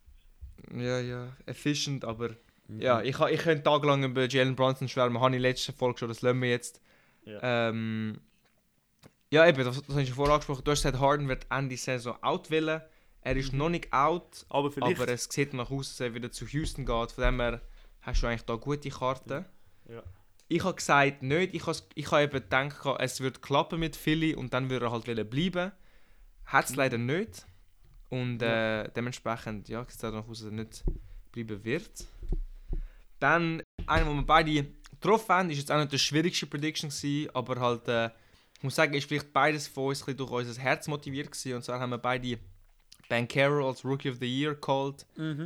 Ja, efficient, aber... Ja, ich könnte tagelang über Jalen Brunson schwärmen. Habe ich in der letzten Folge schon, das lassen wir jetzt. Ja, ja eben, das habe ich schon vorher angesprochen. Du hast gesagt, Harden wird Ende Saison out wollen. Er ist noch nicht out, aber es sieht nach aus, dass er wieder zu Houston geht. Von dem her hast du eigentlich da gute Karten. Ja. Ich habe gesagt, nicht. Ich habe eben gedacht, es würde klappen mit Philly und dann würde er halt bleiben. Hat es leider nicht. Und dementsprechend sieht es danach aus, dass er nicht bleiben wird. Dann, einer, den wir beide getroffen haben, ist jetzt auch nicht die schwierigste Prediction gewesen, aber halt, ich muss sagen, ist vielleicht beides von uns ein bisschen durch unser Herz motiviert gewesen. Und zwar haben wir beide Banchero als Rookie of the Year called.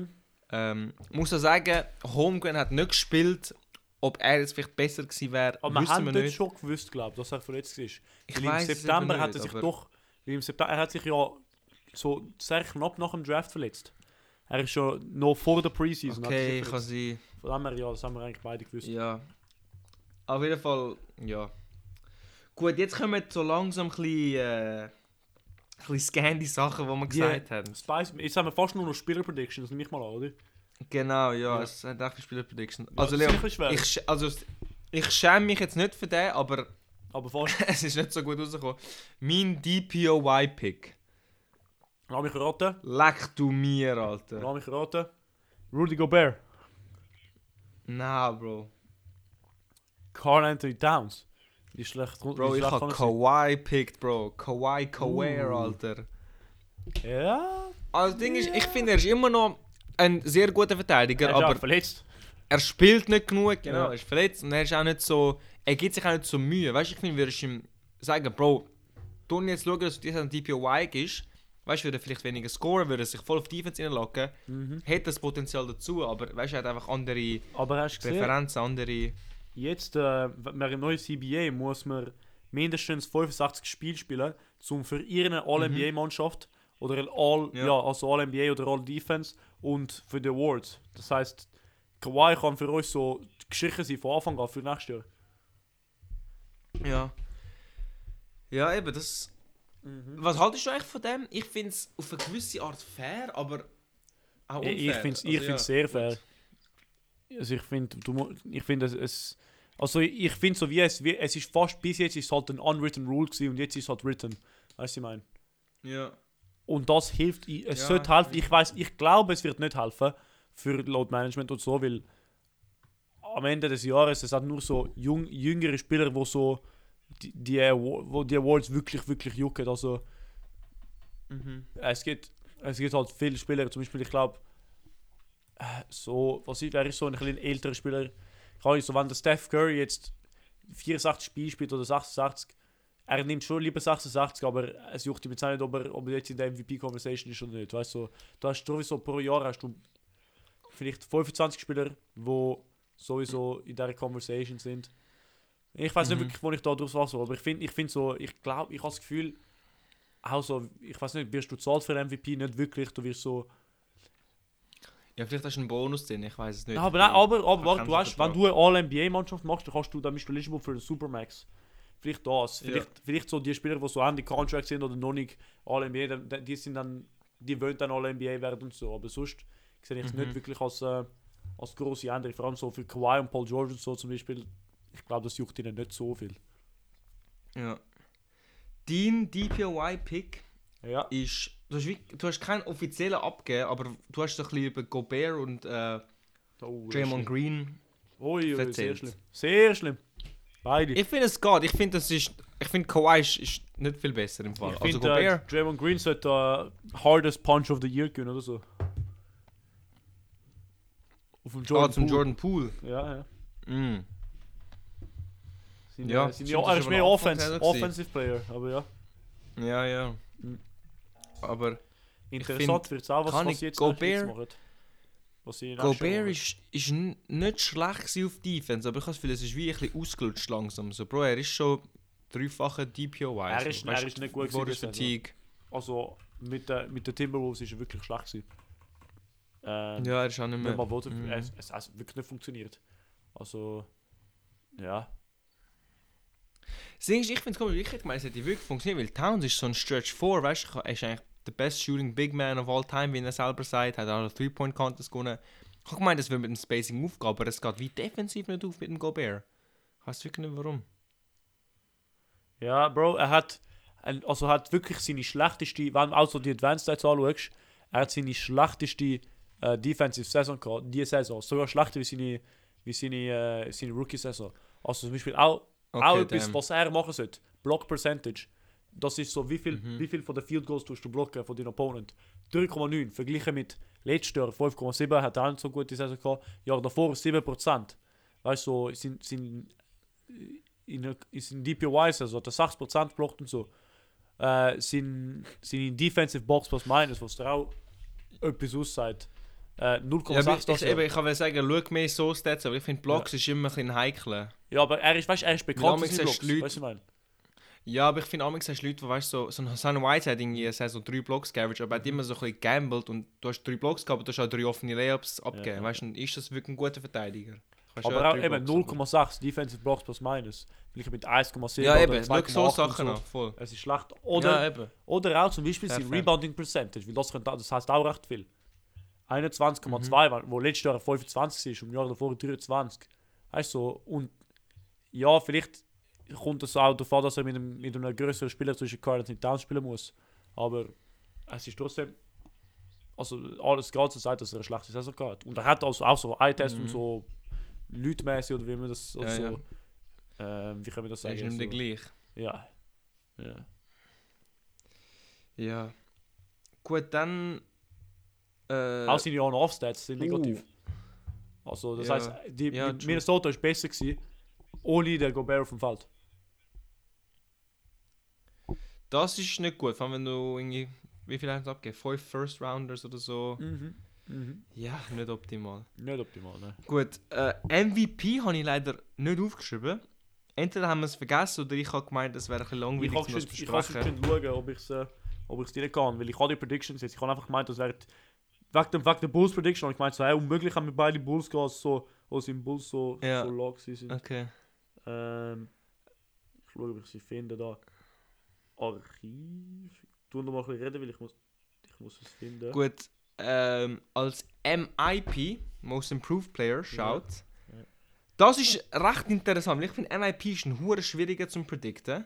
Muss auch sagen, Holmgren hat nicht gespielt. Ob er jetzt vielleicht besser gewesen wäre, aber wir haben das schon gewusst, glaube ich, dass er verletzt ist. Weil im September hat er sich doch... Er hat sich ja so sehr knapp nach dem Draft verletzt. Er ist schon noch vor der Preseason. Okay, kann sein. Von dem her, ja, das haben wir eigentlich beide gewusst. Ja. Auf jeden Fall, ja. Gut, jetzt kommen so langsam ein bisschen scannende Sachen, die wir gesagt haben. Spice, jetzt haben wir fast nur noch Spieler-Predictions, nehme ich mal an, oder? Genau, ja, es sind echt Spieler-Predictions. Ja, also Leon, ich schäme mich jetzt nicht für den, aber fast. es ist nicht so gut rausgekommen. Mein DPOY-Pick. Lass mich raten. Leck du mir, Alter. Lass mich raten. Rudy Gobert. Nah, Bro. Karl Anthony Towns. Die schlecht. Bro, ich habe Kawhi pickt, Bro. Kawhi, Alter. Ja. Also das Ding ist, ich finde, er ist immer noch ein sehr guter Verteidiger, Er ist aber auch verletzt. er spielt nicht genug, genau, Ja. er ist verletzt und er ist auch nicht so, er gibt sich auch nicht so Mühe. Weißt du, ich finde, würdest du ihm sagen, Bro, tu jetzt schauen, dass du dir ein DPOY gibst, weißt du, würde er vielleicht weniger scoren, würde er sich voll auf Defense reinlocken, hätte das Potenzial dazu, aber weißt du, er hat einfach andere Aber hast du gesehen, Präferenzen, andere... jetzt, wenn man im neuen CBA muss man mindestens 65 Spiele spielen, um für ihre All-NBA-Mannschaft oder also All-NBA oder All-Defense und für die Awards. Das heisst, Kawhi kann für uns so die Geschichte sein von Anfang an für nächstes Jahr. Ja. Ja, eben, das... Was haltest du eigentlich von dem? Ich finde es auf eine gewisse Art fair, aber auch unfair. Ich finde es sehr fair. Also ich finde es so wie es ist fast bis jetzt ist halt ein unwritten rule gewesen und jetzt ist es halt written. Weißt du, ich meine? Ja. Und das hilft, es sollte helfen. Ich glaube, es wird nicht helfen für Load Management und so, weil am Ende des Jahres es hat nur so jüngere Spieler, wo so die Awards wirklich jucken. Also es gibt halt viele Spieler, zum Beispiel ich glaube wer ist so ein bisschen älterer Spieler? Kann ich so, wenn der Steph Curry jetzt 64 Spiele spielt oder 66, er nimmt schon lieber 66, aber es juckt ihm jetzt auch nicht, ob er jetzt in der MVP-Conversation ist oder nicht. Weißt du, da hast du sowieso pro Jahr hast du vielleicht 25 Spieler, die sowieso in dieser Conversation sind. Ich weiß nicht wirklich, wo ich da draus was soll, aber ich finde so, ich glaube, ich habe das Gefühl, auch so, ich weiß nicht, wirst du zahlt für MVP nicht wirklich, du wirst so. Ja, vielleicht hast du einen Bonus drin, ich weiß es nicht. Aber warte, du hast, wenn du eine All-NBA-Mannschaft machst, dann bist du eligible für den Supermax. Vielleicht das. Vielleicht so die Spieler, die so an die Contract sind oder noch nicht All-NBA, die wollen dann All-NBA werden und so. Aber sonst sehe ich es nicht wirklich als grosse Änderung. Vor allem so für Kawhi und Paul George und so zum Beispiel. Ich glaube, das juckt ihnen nicht so viel. Ja. Dein DPOY-Pick ist... Du hast keinen offiziellen abgegeben, aber du hast ein bisschen über Gobert und Draymond Green erzählt. Sehr schlimm. Sehr schlimm. Beide. Ich finde es geht. Ich finde Kawhi ist nicht viel besser im Fall. Ich also Gobert. Draymond Green sollte Hardest Punch of the Year gewinnen oder so. Auf dem Jordan Poole. Ja. Ja, er stimmt, ist das ist mehr am Anfang gewesen. Offensive Player, aber ja. Ja. Mhm. Aber Interessant wird es auch, was sie jetzt machen. Gobert ist nicht schlecht gewesen auf Defense, aber ich habe das Gefühl, es ist wie ein bisschen ausgelutscht langsam. So, Bro, er ist schon dreifacher DPOY. Er ist nicht gut gewesen. Fatigue. Also mit den Timberwolves ist er wirklich schlecht gewesen. Ja, er ist auch nicht mehr. Es hat wirklich nicht funktioniert. Also, ja. Ich finde es komisch, ich meine, es hätte wirklich funktioniert, weil Towns ist so ein Stretch 4, weißt du, er ist eigentlich der best shooting Big Man of all time, wie er selber sagt, hat auch einen 3-Point-Contest gewonnen. Ich habe gemeint, das wird mit dem Spacing aufgehen, aber es geht wie defensiv nicht auf mit dem Gobert. Ich weiß wirklich nicht warum. Ja, Bro, er hat wirklich seine schlechteste, wenn du also die Advanced Stats anschaust, er hat seine schlechteste Defensive Saison gehabt, diese Saison. Sogar schlechter wie seine Rookie-Saison. Also zum Beispiel auch etwas, was er machen sollte. Block Percentage. Das ist so, wie viel von den Field Goals tust du blocken von deinem Opponent. 3,9. Verglichen mit letztes Jahr 5,7 hat er auch nicht so gute Saison gehabt. Jahr davor 7%. Weißt du, in DPOY, also der 6% blockt und so. Sind in Defensive Box plus Minus, was da auch etwas aussagt. 0,6. Ja, ich kann sagen, schau mehr so Stats, aber ich finde Blocks ist immer ein bisschen heikel. Ja, aber er ist bekannt für seine Blocks, weißt du, ich meine? Ja, aber ich finde, manchmal hast du Leute, die weißt, so ein Hassan White hat irgendwie so 3 Blocks geaveraged, aber er hat immer so ein bisschen gambelt und du hast 3 Blocks gehabt, aber du hast auch 3 offene Layups abgegeben. Ja. Weißt du, ist das wirklich ein guter Verteidiger? Aber auch eben 0,6 Defensive Blocks plus Minus. Vielleicht mit 1,7 ja, oder eben, 2,8 so Sachen so. Noch, voll. Es ist schlecht. Oder, ja, oder auch zum Beispiel sein Rebounding Percentage, weil das heisst auch recht viel. 21,2, wo letztes Jahr 25 ist, und im Jahr davor 23. Weißt du, und ja, vielleicht kommt es auch davon, dass er mit einem größeren Spieler zwischen Cards und Towns spielen muss. Aber es ist trotzdem, also alles gerade so sagt, dass er eine schlechte Saison hat. Und er hat also auch so Eye-Test und so leutmäßig, oder wie man das also, wie kann man das sagen? Er ist nicht so, gleich. Ja. Gut, dann auch seine On-Off-Stats sind negativ. Also das heisst, Minnesota ist besser gewesen, ohne den Gobert auf dem Feld. Das ist nicht gut, vor allem wenn du irgendwie, wie viel haben sie abgegeben? 5 First Rounders oder so. Ja, nicht optimal. Nicht optimal, ne? Gut, MVP habe ich leider nicht aufgeschrieben. Entweder haben wir es vergessen oder ich habe gemeint, es wäre ein bisschen langweilig zu besprechen. Ich kann schauen, ob ich es nicht kann, weil ich habe die Predictions jetzt. Ich habe einfach gemeint, das wäre wegen der Bulls Prediction. Und ich meinte so, hey, unmöglich haben wir beide Bulls gehabt, so im Bulls so low sind. Okay. Ich schaue, ob ich sie finde da. Archiv. Tu noch mal ein bisschen reden, weil ich muss es finden. Gut, als MIP, Most Improved Player, schaut. Ja. Das ist recht interessant, weil ich finde, MIP ist ein hure schwieriger zum predikten.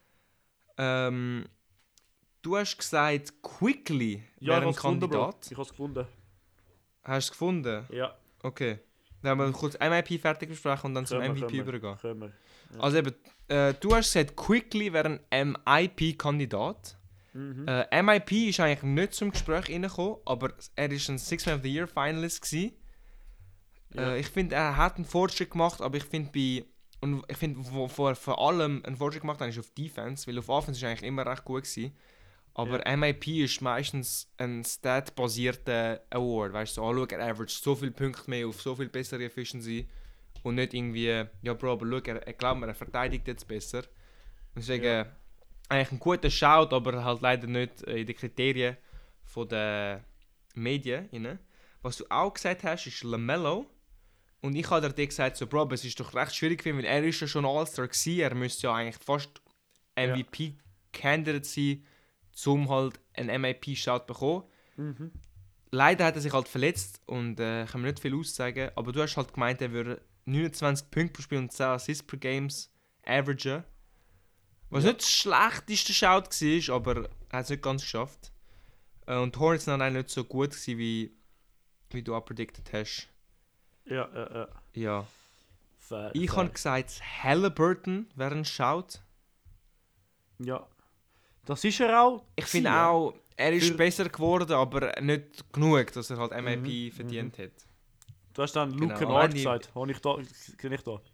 Du hast gesagt, Quickly wäre ein Kandidat. Ich habe es gefunden. Hast du es gefunden? Ja. Okay. Dann haben wir kurz MIP fertig besprechen und dann zum MVP übergehen. Ja. Also eben, du hast gesagt, Quickly wäre ein MIP-Kandidat. MIP ist eigentlich nicht zum Gespräch reingekommen, aber er war ein Six Man of the Year Finalist gewesen. Ja. Ich finde, er hat einen Fortschritt gemacht, aber ich finde vor allem einen Fortschritt gemacht ist auf Defense, weil auf Offense ist er eigentlich immer recht gut gewesen. Aber MIP ist meistens ein stat-basierter Award, weißt du, so, er average so viele Punkte mehr auf so viel bessere Efficiency und nicht irgendwie, ja Bro, aber schau, er glaubt mir, er verteidigt jetzt besser. Und deswegen eigentlich ein guter Shout, aber halt leider nicht in den Kriterien der Medien rein. Was du auch gesagt hast, ist LaMelo. Und ich habe dir gesagt, so, Bro, es ist doch recht schwierig für ihn, weil er ist ja schon All-Star gewesen, er müsste ja eigentlich fast MVP-Candidate sein, um halt einen MIP-Shout zu bekommen. Leider hat er sich halt verletzt und kann mir nicht viel aussagen, aber du hast halt gemeint, er würde 29 Punkte pro Spiel und 10 Assists per Games averagen. Was nicht das schlechteste Shout war, aber er hat es nicht ganz geschafft. Und die Hornets waren eigentlich nicht so gut gewesen, wie du auch predicted hast. Ja. Ich habe gesagt, Halliburton wäre ein Shout. Ja. Das ist er auch. Ich finde auch, er ist besser geworden, aber nicht genug, dass er halt MIP verdient hat. Du hast dann Luke Kennard gesagt. Kenne ich da.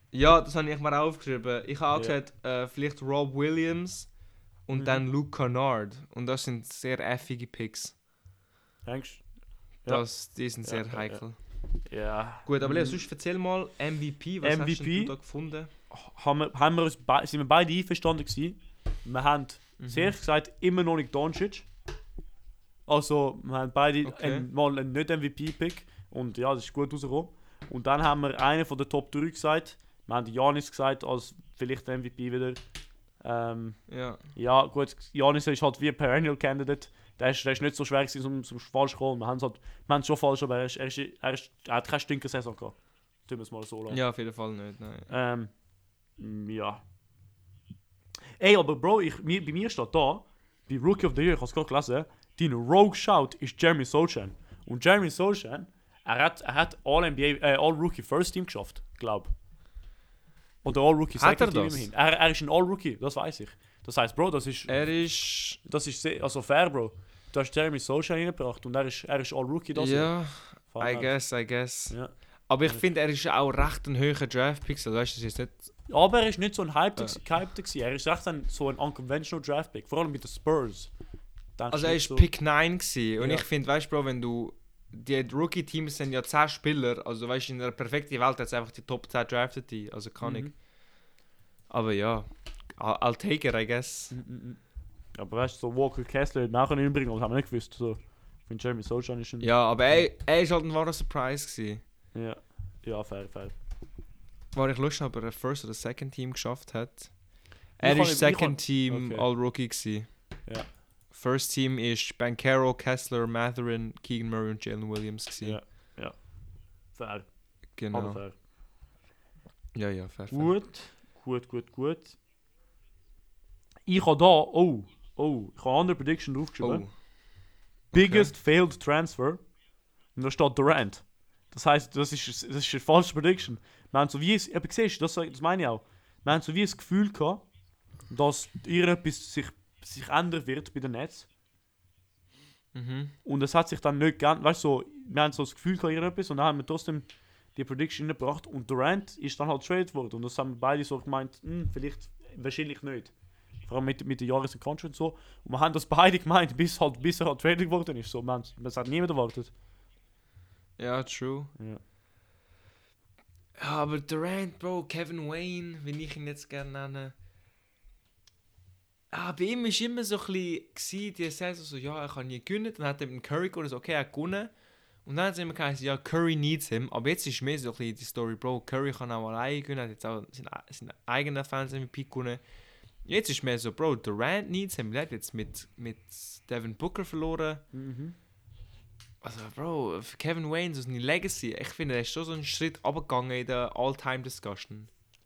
Ja, das habe ich mir auch aufgeschrieben. Ich habe auch Ja. gesagt, vielleicht Rob Williams und dann Luke Kennard. Und das sind sehr effige Picks. Denkst Ja. Die sind sehr Ja. heikel. Ja. Gut, aber sonst erzähl mal MVP, was hast MVP? du da gefunden? Haben wir sind wir beide einverstanden gewesen. Wir haben zuerst gesagt, immer noch nicht Doncic. Also, wir haben beide Okay. mal einen Nicht-MVP-Pick. Und ja, das ist gut rausgekommen. Und dann haben wir einen von der Top 3 gesagt. Wir haben Giannis gesagt, als vielleicht MVP wieder. Ja. Ja, gut, Giannis ist halt wie ein Perennial Candidate. Der ist nicht so schwer gewesen, zum falsch zu kommen. Wir haben es schon falsch, aber er hat keine Stinker-Saison gehabt. Tun wir es mal so lassen. Ja, auf jeden Fall nicht, nein. Ja. Ey, aber Bro, bei mir steht da, bei Rookie of the Year, ich habe es gerade gelesen, dein Rogue Shout ist Jeremy Sochan. Und Jeremy Sochan, er hat All-NBA, All-Rookie First Team geschafft, glaube. Oder All-Rookie Hat er Second Team das? immerhin. Er ist ein All-Rookie, das weiß ich. Das heisst, Bro, das ist also fair, Bro. Du hast Jeremy Sochan reingebracht und er ist All-Rookie das Jahr. Ja, I guess. Ja. Aber ich finde, er ist auch recht ein hoher Draft-Pick. Also, weißt du, das ist jetzt nicht... Aber er ist nicht so ein Hyped gewesen. Er ist echt so ein unconventional Draft-Pick. Vor allem mit den Spurs. Also er war Pick 9 gewesen. Und Ja. ich finde, weißt du, Bro, wenn du... Die Rookie-Teams sind ja 10 Spieler. Also weißt du, in einer perfekten Welt hat es einfach die Top 10 drafted. Also kann ich. Aber ja, I'll take it, I guess. Aber weißt du, so Walker Kessler nachher umbringen, das haben wir nicht gewusst. So. Ich finde Jeremy Sochan ist ein... Ja, aber er ist halt ein wahrer Surprise gewesen. Ja, fair. War ich lustig, ob er ein First oder Second Team geschafft hat. Second Team okay. All-Rookie gewesen. Ja. First Team ist Banchero, Kessler, Matherin, Keegan Murray und Jalen Williams gewesen. Ja. Fair. Genau. Aber fair. Ja, fair. Gut. Ich habe da... ich habe eine andere Prediction draufgeschrieben. Oh. Biggest failed transfer. Und da steht Durant. Das heisst, das ist eine falsche Prediction. Wir haben so wie aber siehst du, das meine ich auch. Wir haben so wie das Gefühl gehabt, dass irgendetwas sich ändern wird bei den Nets. Und es hat sich dann nicht geändert. Weißt du, so, wir haben so das Gefühl gehabt, irgendetwas, und dann haben wir trotzdem die Prediction gebracht. Und Durant ist dann halt traded worden. Und das haben wir beide so gemeint, wahrscheinlich nicht. Vor allem mit der Jahres- und Contract und so. Und wir haben das beide gemeint, bis er halt traded geworden ist. So, das hat niemand erwartet. Ja, true. Ja. Ja, aber Durant, Bro, Kevin Wayne, wie ich ihn jetzt gerne nenne. Bei ihm war immer so ein bisschen die Saison so, ja, er kann nie gewinnen. Dann hat er mit Curry gesagt, okay, er hat gewonnen. Und dann hat es immer gesagt, ja, Curry needs him. Aber jetzt ist mehr so ein bisschen die Story, Bro, Curry kann auch alleine gewinnen, hat jetzt auch seine eigenen Fans MVP gewonnen. Jetzt ist mehr so, Bro, Durant needs him. Er hat jetzt mit Devin Booker verloren. Also, Bro, für Kevin Wayne, so seine Legacy, ich finde, er ist schon so einen Schritt runtergegangen in der All-Time-Discussion.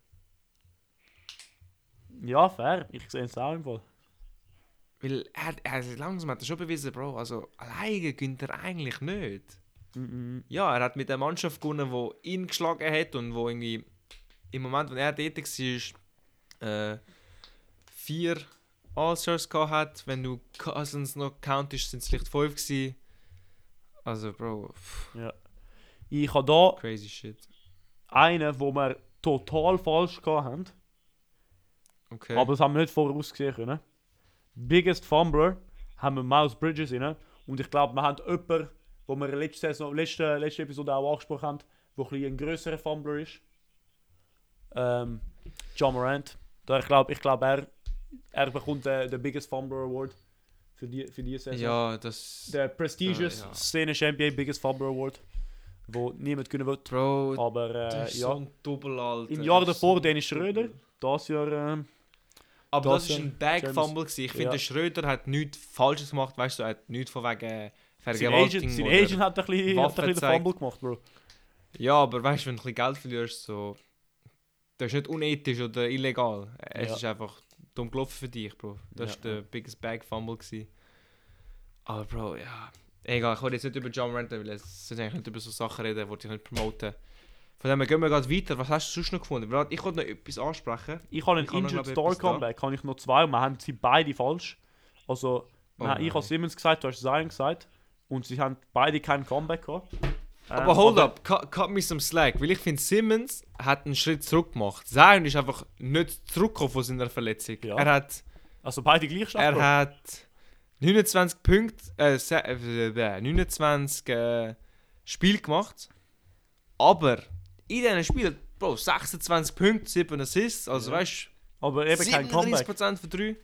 Ja, fair. Ich sehe es auch im Fall. Weil langsam hat er schon bewiesen, Bro, also alleine gönnt er eigentlich nicht. Ja, er hat mit der Mannschaft gewonnen, die ihn geschlagen hat und wo irgendwie im Moment, wenn er dort war, 4 All-Stars gehabt hat. Wenn du Cousins noch countest, sind es vielleicht 5 gewesen. Also, Bro, Ja. Ich habe da crazy shit. einen, wo wir total falsch gehabt haben. Okay. Aber das haben wir nicht vorausgesehen können. Biggest Fumbler haben wir Miles Bridges rein. Und ich glaube, wir haben jemanden, wo wir letzte Episode auch angesprochen haben, der ein grösserer Fumbler ist. Ja Morant. Ich glaube, er bekommt den Biggest Fumbler Award für die Saison. Ja, das... Der prestigious ja. Szene NBA Biggest Fumbler Award, wo niemand gewinnen wird. Bro, Aber das ist so ein Double, Alter. im Jahr Das ist davor so Dennis Schröder, das Jahr Aber das das ist ja, ein Bag-Fumble gewesen. Ich finde, der Schröder hat nichts Falsches gemacht, weißt du, er hat nichts von wegen Vergewaltigung sein oder Agent hat ein bisschen Waffe den gezeigt. Fumble gemacht, Bro. Ja, aber weißt du, wenn du ein bisschen Geld verlierst, so... Das ist nicht unethisch oder illegal. Es Ja. ist einfach dumm gelaufen für dich, Bro. Das Ja, war der biggest Bag-Fumble gewesen. Aber Bro, ja... Egal, ich wollte jetzt nicht über Ja Morant reden, weil es sind eigentlich nicht über so Sachen reden, wollte ich nicht promoten. Von dem her gehen wir gerade weiter. Was hast du sonst noch gefunden? Ich wollte noch etwas ansprechen. Ich habe einen Ich habe noch, Injured glaub ich, Star etwas da. Comeback, habe ich noch zwei und wir haben sie beide falsch. Also, Oh ich habe nein. Simmons gesagt, du hast Zion gesagt. Und sie haben beide kein Comeback gehabt. Aber hold up, cut me some slack, weil ich finde, Simmons hat einen Schritt zurück gemacht. Zion ist einfach nicht zurückgekommen von seiner Verletzung. Ja. Er hat... Also beide gleich stark, Er Bro. hat 29 Punkte, 29 Spiele gemacht. Aber in diesen Spielen, Bro, 26 Punkte, 7 Assists, also Ja. weißt Aber eben kein Comeback. 37% von 3.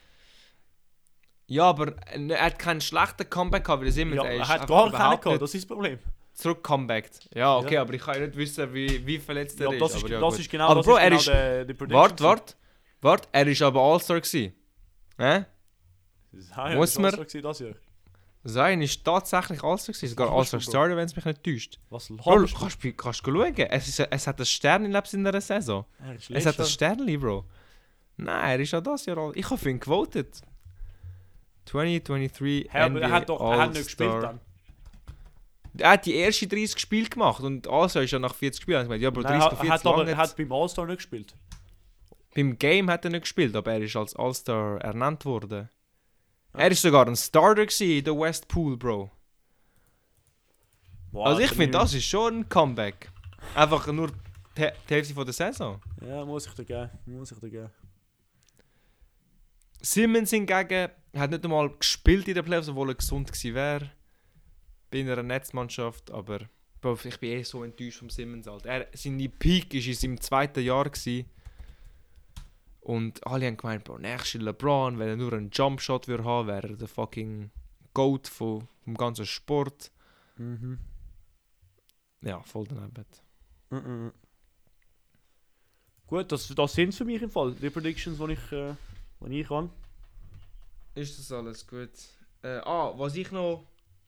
Ja, aber er hat keinen schlechten Comeback gehabt, weil er immer Ja, ist er hat einfach gar keinen überhaupt gehabt, nicht das ist das Problem. zurück-comebackt. Ja, okay, Ja. aber ich kann ja nicht wissen, wie verletzt er Ja, ist. das ist, aber ja, das gut. ist genau, Aber das Bro, ist er genau ist... die Prediction. Warte, er ist aber All-Star gewesen. Zion Muss ist man- All-Star gewesen das Jahr. Zion ist tatsächlich All-Star gewesen, sogar Was All-Star Bro? Starter, wenn es mich nicht täuscht. Was Bro, laberst du? kannst du schauen? Es hat ein Stern in seiner Saison. Er ist Es hat ein letzter. Sternli, Bro. Nein, er ist ja das Jahr alt. Ich habe für ihn gewotet. 2023 Hey, aber NBA er hat nicht gespielt All-Star. dann. Er hat die ersten 30 Spiele gemacht und All-Star ist ja nach 40 Spielen. Ich meine, ja, aber 30 Nein, von er 40 hat aber lange er hat beim All-Star nicht gespielt. Beim Game hat er nicht gespielt, aber er ist als All-Star ernannt worden. Er ist sogar ein Starter gewesen in der West Pool, Bro. Wow, Also ich bin finde, das ist schon ein Comeback. Einfach nur die Hälfte von der Saison. Ja, muss ich dir geben. Simmons hingegen hat nicht einmal gespielt in den Playoffs, obwohl er gesund gewesen wäre. Bei einer Netzmannschaft, aber Bro, ich bin eh so enttäuscht vom Simmons. Alter. Seine Peak war in seinem zweiten Jahr. Gewesen. Und alle haben gemeint, Bro, nächster LeBron, wenn er nur einen Jumpshot würde haben, wäre er der fucking Goat vom ganzen Sport. Mhm. Ja, voll daneben. Mhm. Gut, das sind es für mich im Fall. Die Predictions, die ich kann. Ist das alles gut? Was ich noch...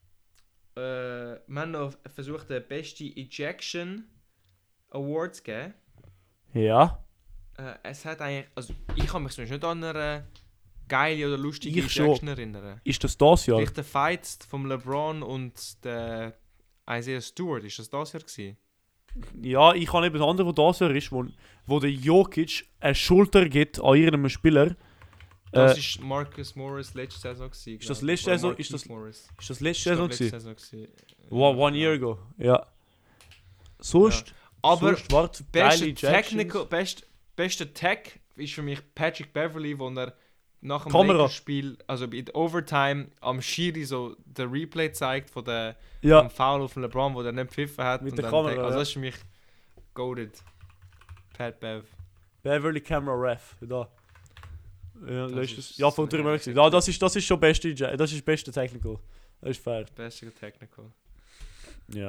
wir haben noch versucht, den besten Ejection Award zu geben. Ja. Es hat eigentlich... Also, ich kann mich zum Beispiel nicht an eine geile oder lustige Ich schon. Ejection erinnern. Ist das Jahr? Vielleicht der Fight vom LeBron und der Isaiah Stewart. Ist das Jahr gewesen? Ja, ich kann eben das andere, was das Jahr ist, wo der Jokic eine Schulter gibt an irgendeinem Spieler. Das ist Marcus Morris letzte Saison gewesen. Ist das glaub ich. letzte Oder Saison? Marquise Ist das- Morris. Ist das letzte Ich glaub, Saison letzte gewesen? Saison gewesen. One year ago. Ja. Sonst, Aber sonst warte, geile bester Ejections. bester Tag ist für mich Patrick Beverly, wo er nach dem Kamera. Lakers-Spiel, also bei der Overtime, am Schiri so der Replay zeigt von der Ja. vom Foul auf Lebron, wo der nicht gepfiffen hat. Mit und der dann Kamera, denkt- Also ja. das ist für mich goated. Pat Bev. Beverly Camera Ref. Da. Ja, Das das ist ist- ja, von drüber ja, gewesen. Ja, das ist schon beste, das ist beste Technical. Das ist fair. Bester Technical. Ja.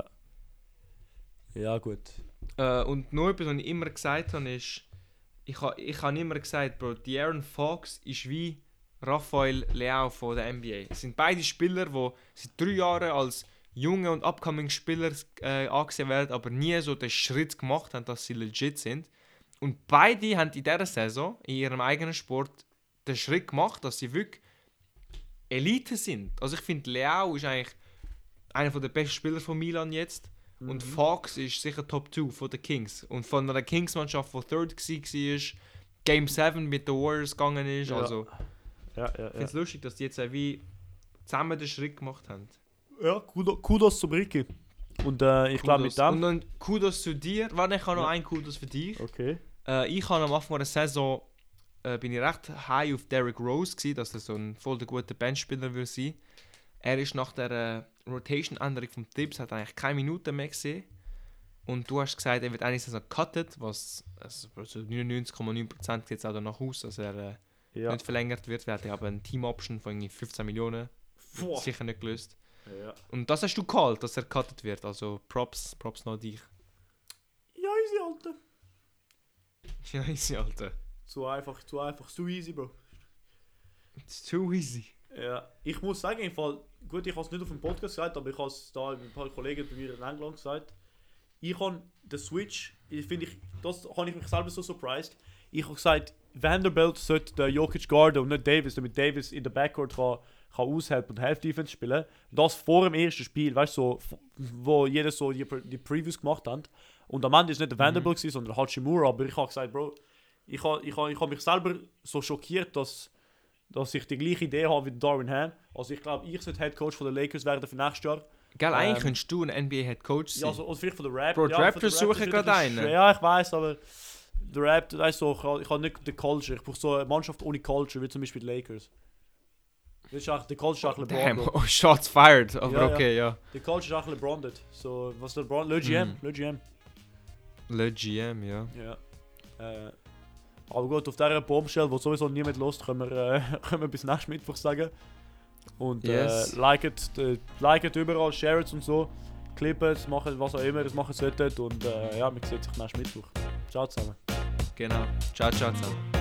Ja, gut. Und noch etwas, was ich immer gesagt habe, ist, ich habe immer gesagt, Bro, De'Aaron Fox ist wie Raphael Leao von der NBA. Es sind beide Spieler, die seit 3 Jahren als junge und upcoming Spieler angesehen werden, aber nie so den Schritt gemacht haben, dass sie legit sind. Und beide haben in dieser Saison, in ihrem eigenen Sport, den Schritt gemacht, dass sie wirklich Elite sind. Also ich finde, Leao ist eigentlich einer der besten Spieler von Milan jetzt. Und Fox ist sicher Top 2 von den Kings. Und von einer Kings-Mannschaft, die Third war, Game 7 mit den Warriors gegangen ist. Ja. Also, Ja, ich finde es lustig, dass die jetzt auch wie zusammen den Schritt gemacht haben. Ja, Kudos zum Ricky. Und ich glaube mit Und dem. dann Kudos zu dir. Warte, ich habe noch Ja. einen Kudos für dich. Okay. Ich habe am Anfang der Saison bin ich recht high auf Derrick Rose gewesen, dass er so ein voll der gute Benchspieler will sein. Er ist nach der Rotation-Änderung vom Tibbs hat eigentlich keine Minuten mehr gesehen. Und du hast gesagt, er wird eine Saison cutted, was also 99,9% jetzt auch danach aus, dass er Ja. nicht verlängert wird. Wir hatten aber eine Team-Option von irgendwie 15 Millionen. Boah. Sicher nicht gelöst. Ja. Und das hast du gehalten, dass er cutted wird. Also Props noch an dich. Ja, easy, Alter. Ja, easy, Alter. Zu einfach, zu easy, Bro. It's too easy. Ja. Ich muss sagen, im Fall, gut, ich habe es nicht auf dem Podcast gesagt, aber ich habe es da mit ein paar Kollegen bei mir in England gesagt. Ich habe den Switch, das habe ich mich selber so surprised. Ich habe gesagt, Vanderbilt sollte den Jokic guarden und nicht Davis, damit Davis in der Backcourt kann aushelfen und Half-Defense spielen. Das vor dem ersten Spiel, weißt du, so, wo jeder so die Previews gemacht hat. Und am Ende ist nicht der Vanderbilt, sondern Hachimura. Aber ich habe gesagt, Bro, ich habe mich selber so schockiert, dass ich die gleiche Idee habe wie Darvin Ham. Also ich glaube, ich sollte Head Coach von den Lakers werden für nächstes Jahr. Gell, eigentlich könntest du ein NBA-Head-Coach sein. Ja, also, oder vielleicht von der Raptors. Bro, die ja, Raptors suchen gerade einen. Ja, ich weiß, aber der Raptors, weißt du, ich habe nicht die Culture. Ich brauche so eine Mannschaft ohne Culture, wie zum Beispiel die Lakers. Das ist auch, die Culture ist auch LeBron. Damn, oh, shots fired. Aber Ja, okay, ja. Die Culture ist auch LeBron. So, was ist LeBron? Le GM. Le GM, ja. Ja. Aber gut, auf dieser Bombshell, wo sowieso niemand lost, können wir bis nächsten Mittwoch sagen. Und Yes. liket überall, sharet und so. Clippet, machen was auch immer, das machen solltet. Und ja, wir sehen sich nächsten Mittwoch. Ciao zusammen. Genau. Ciao, ciao zusammen.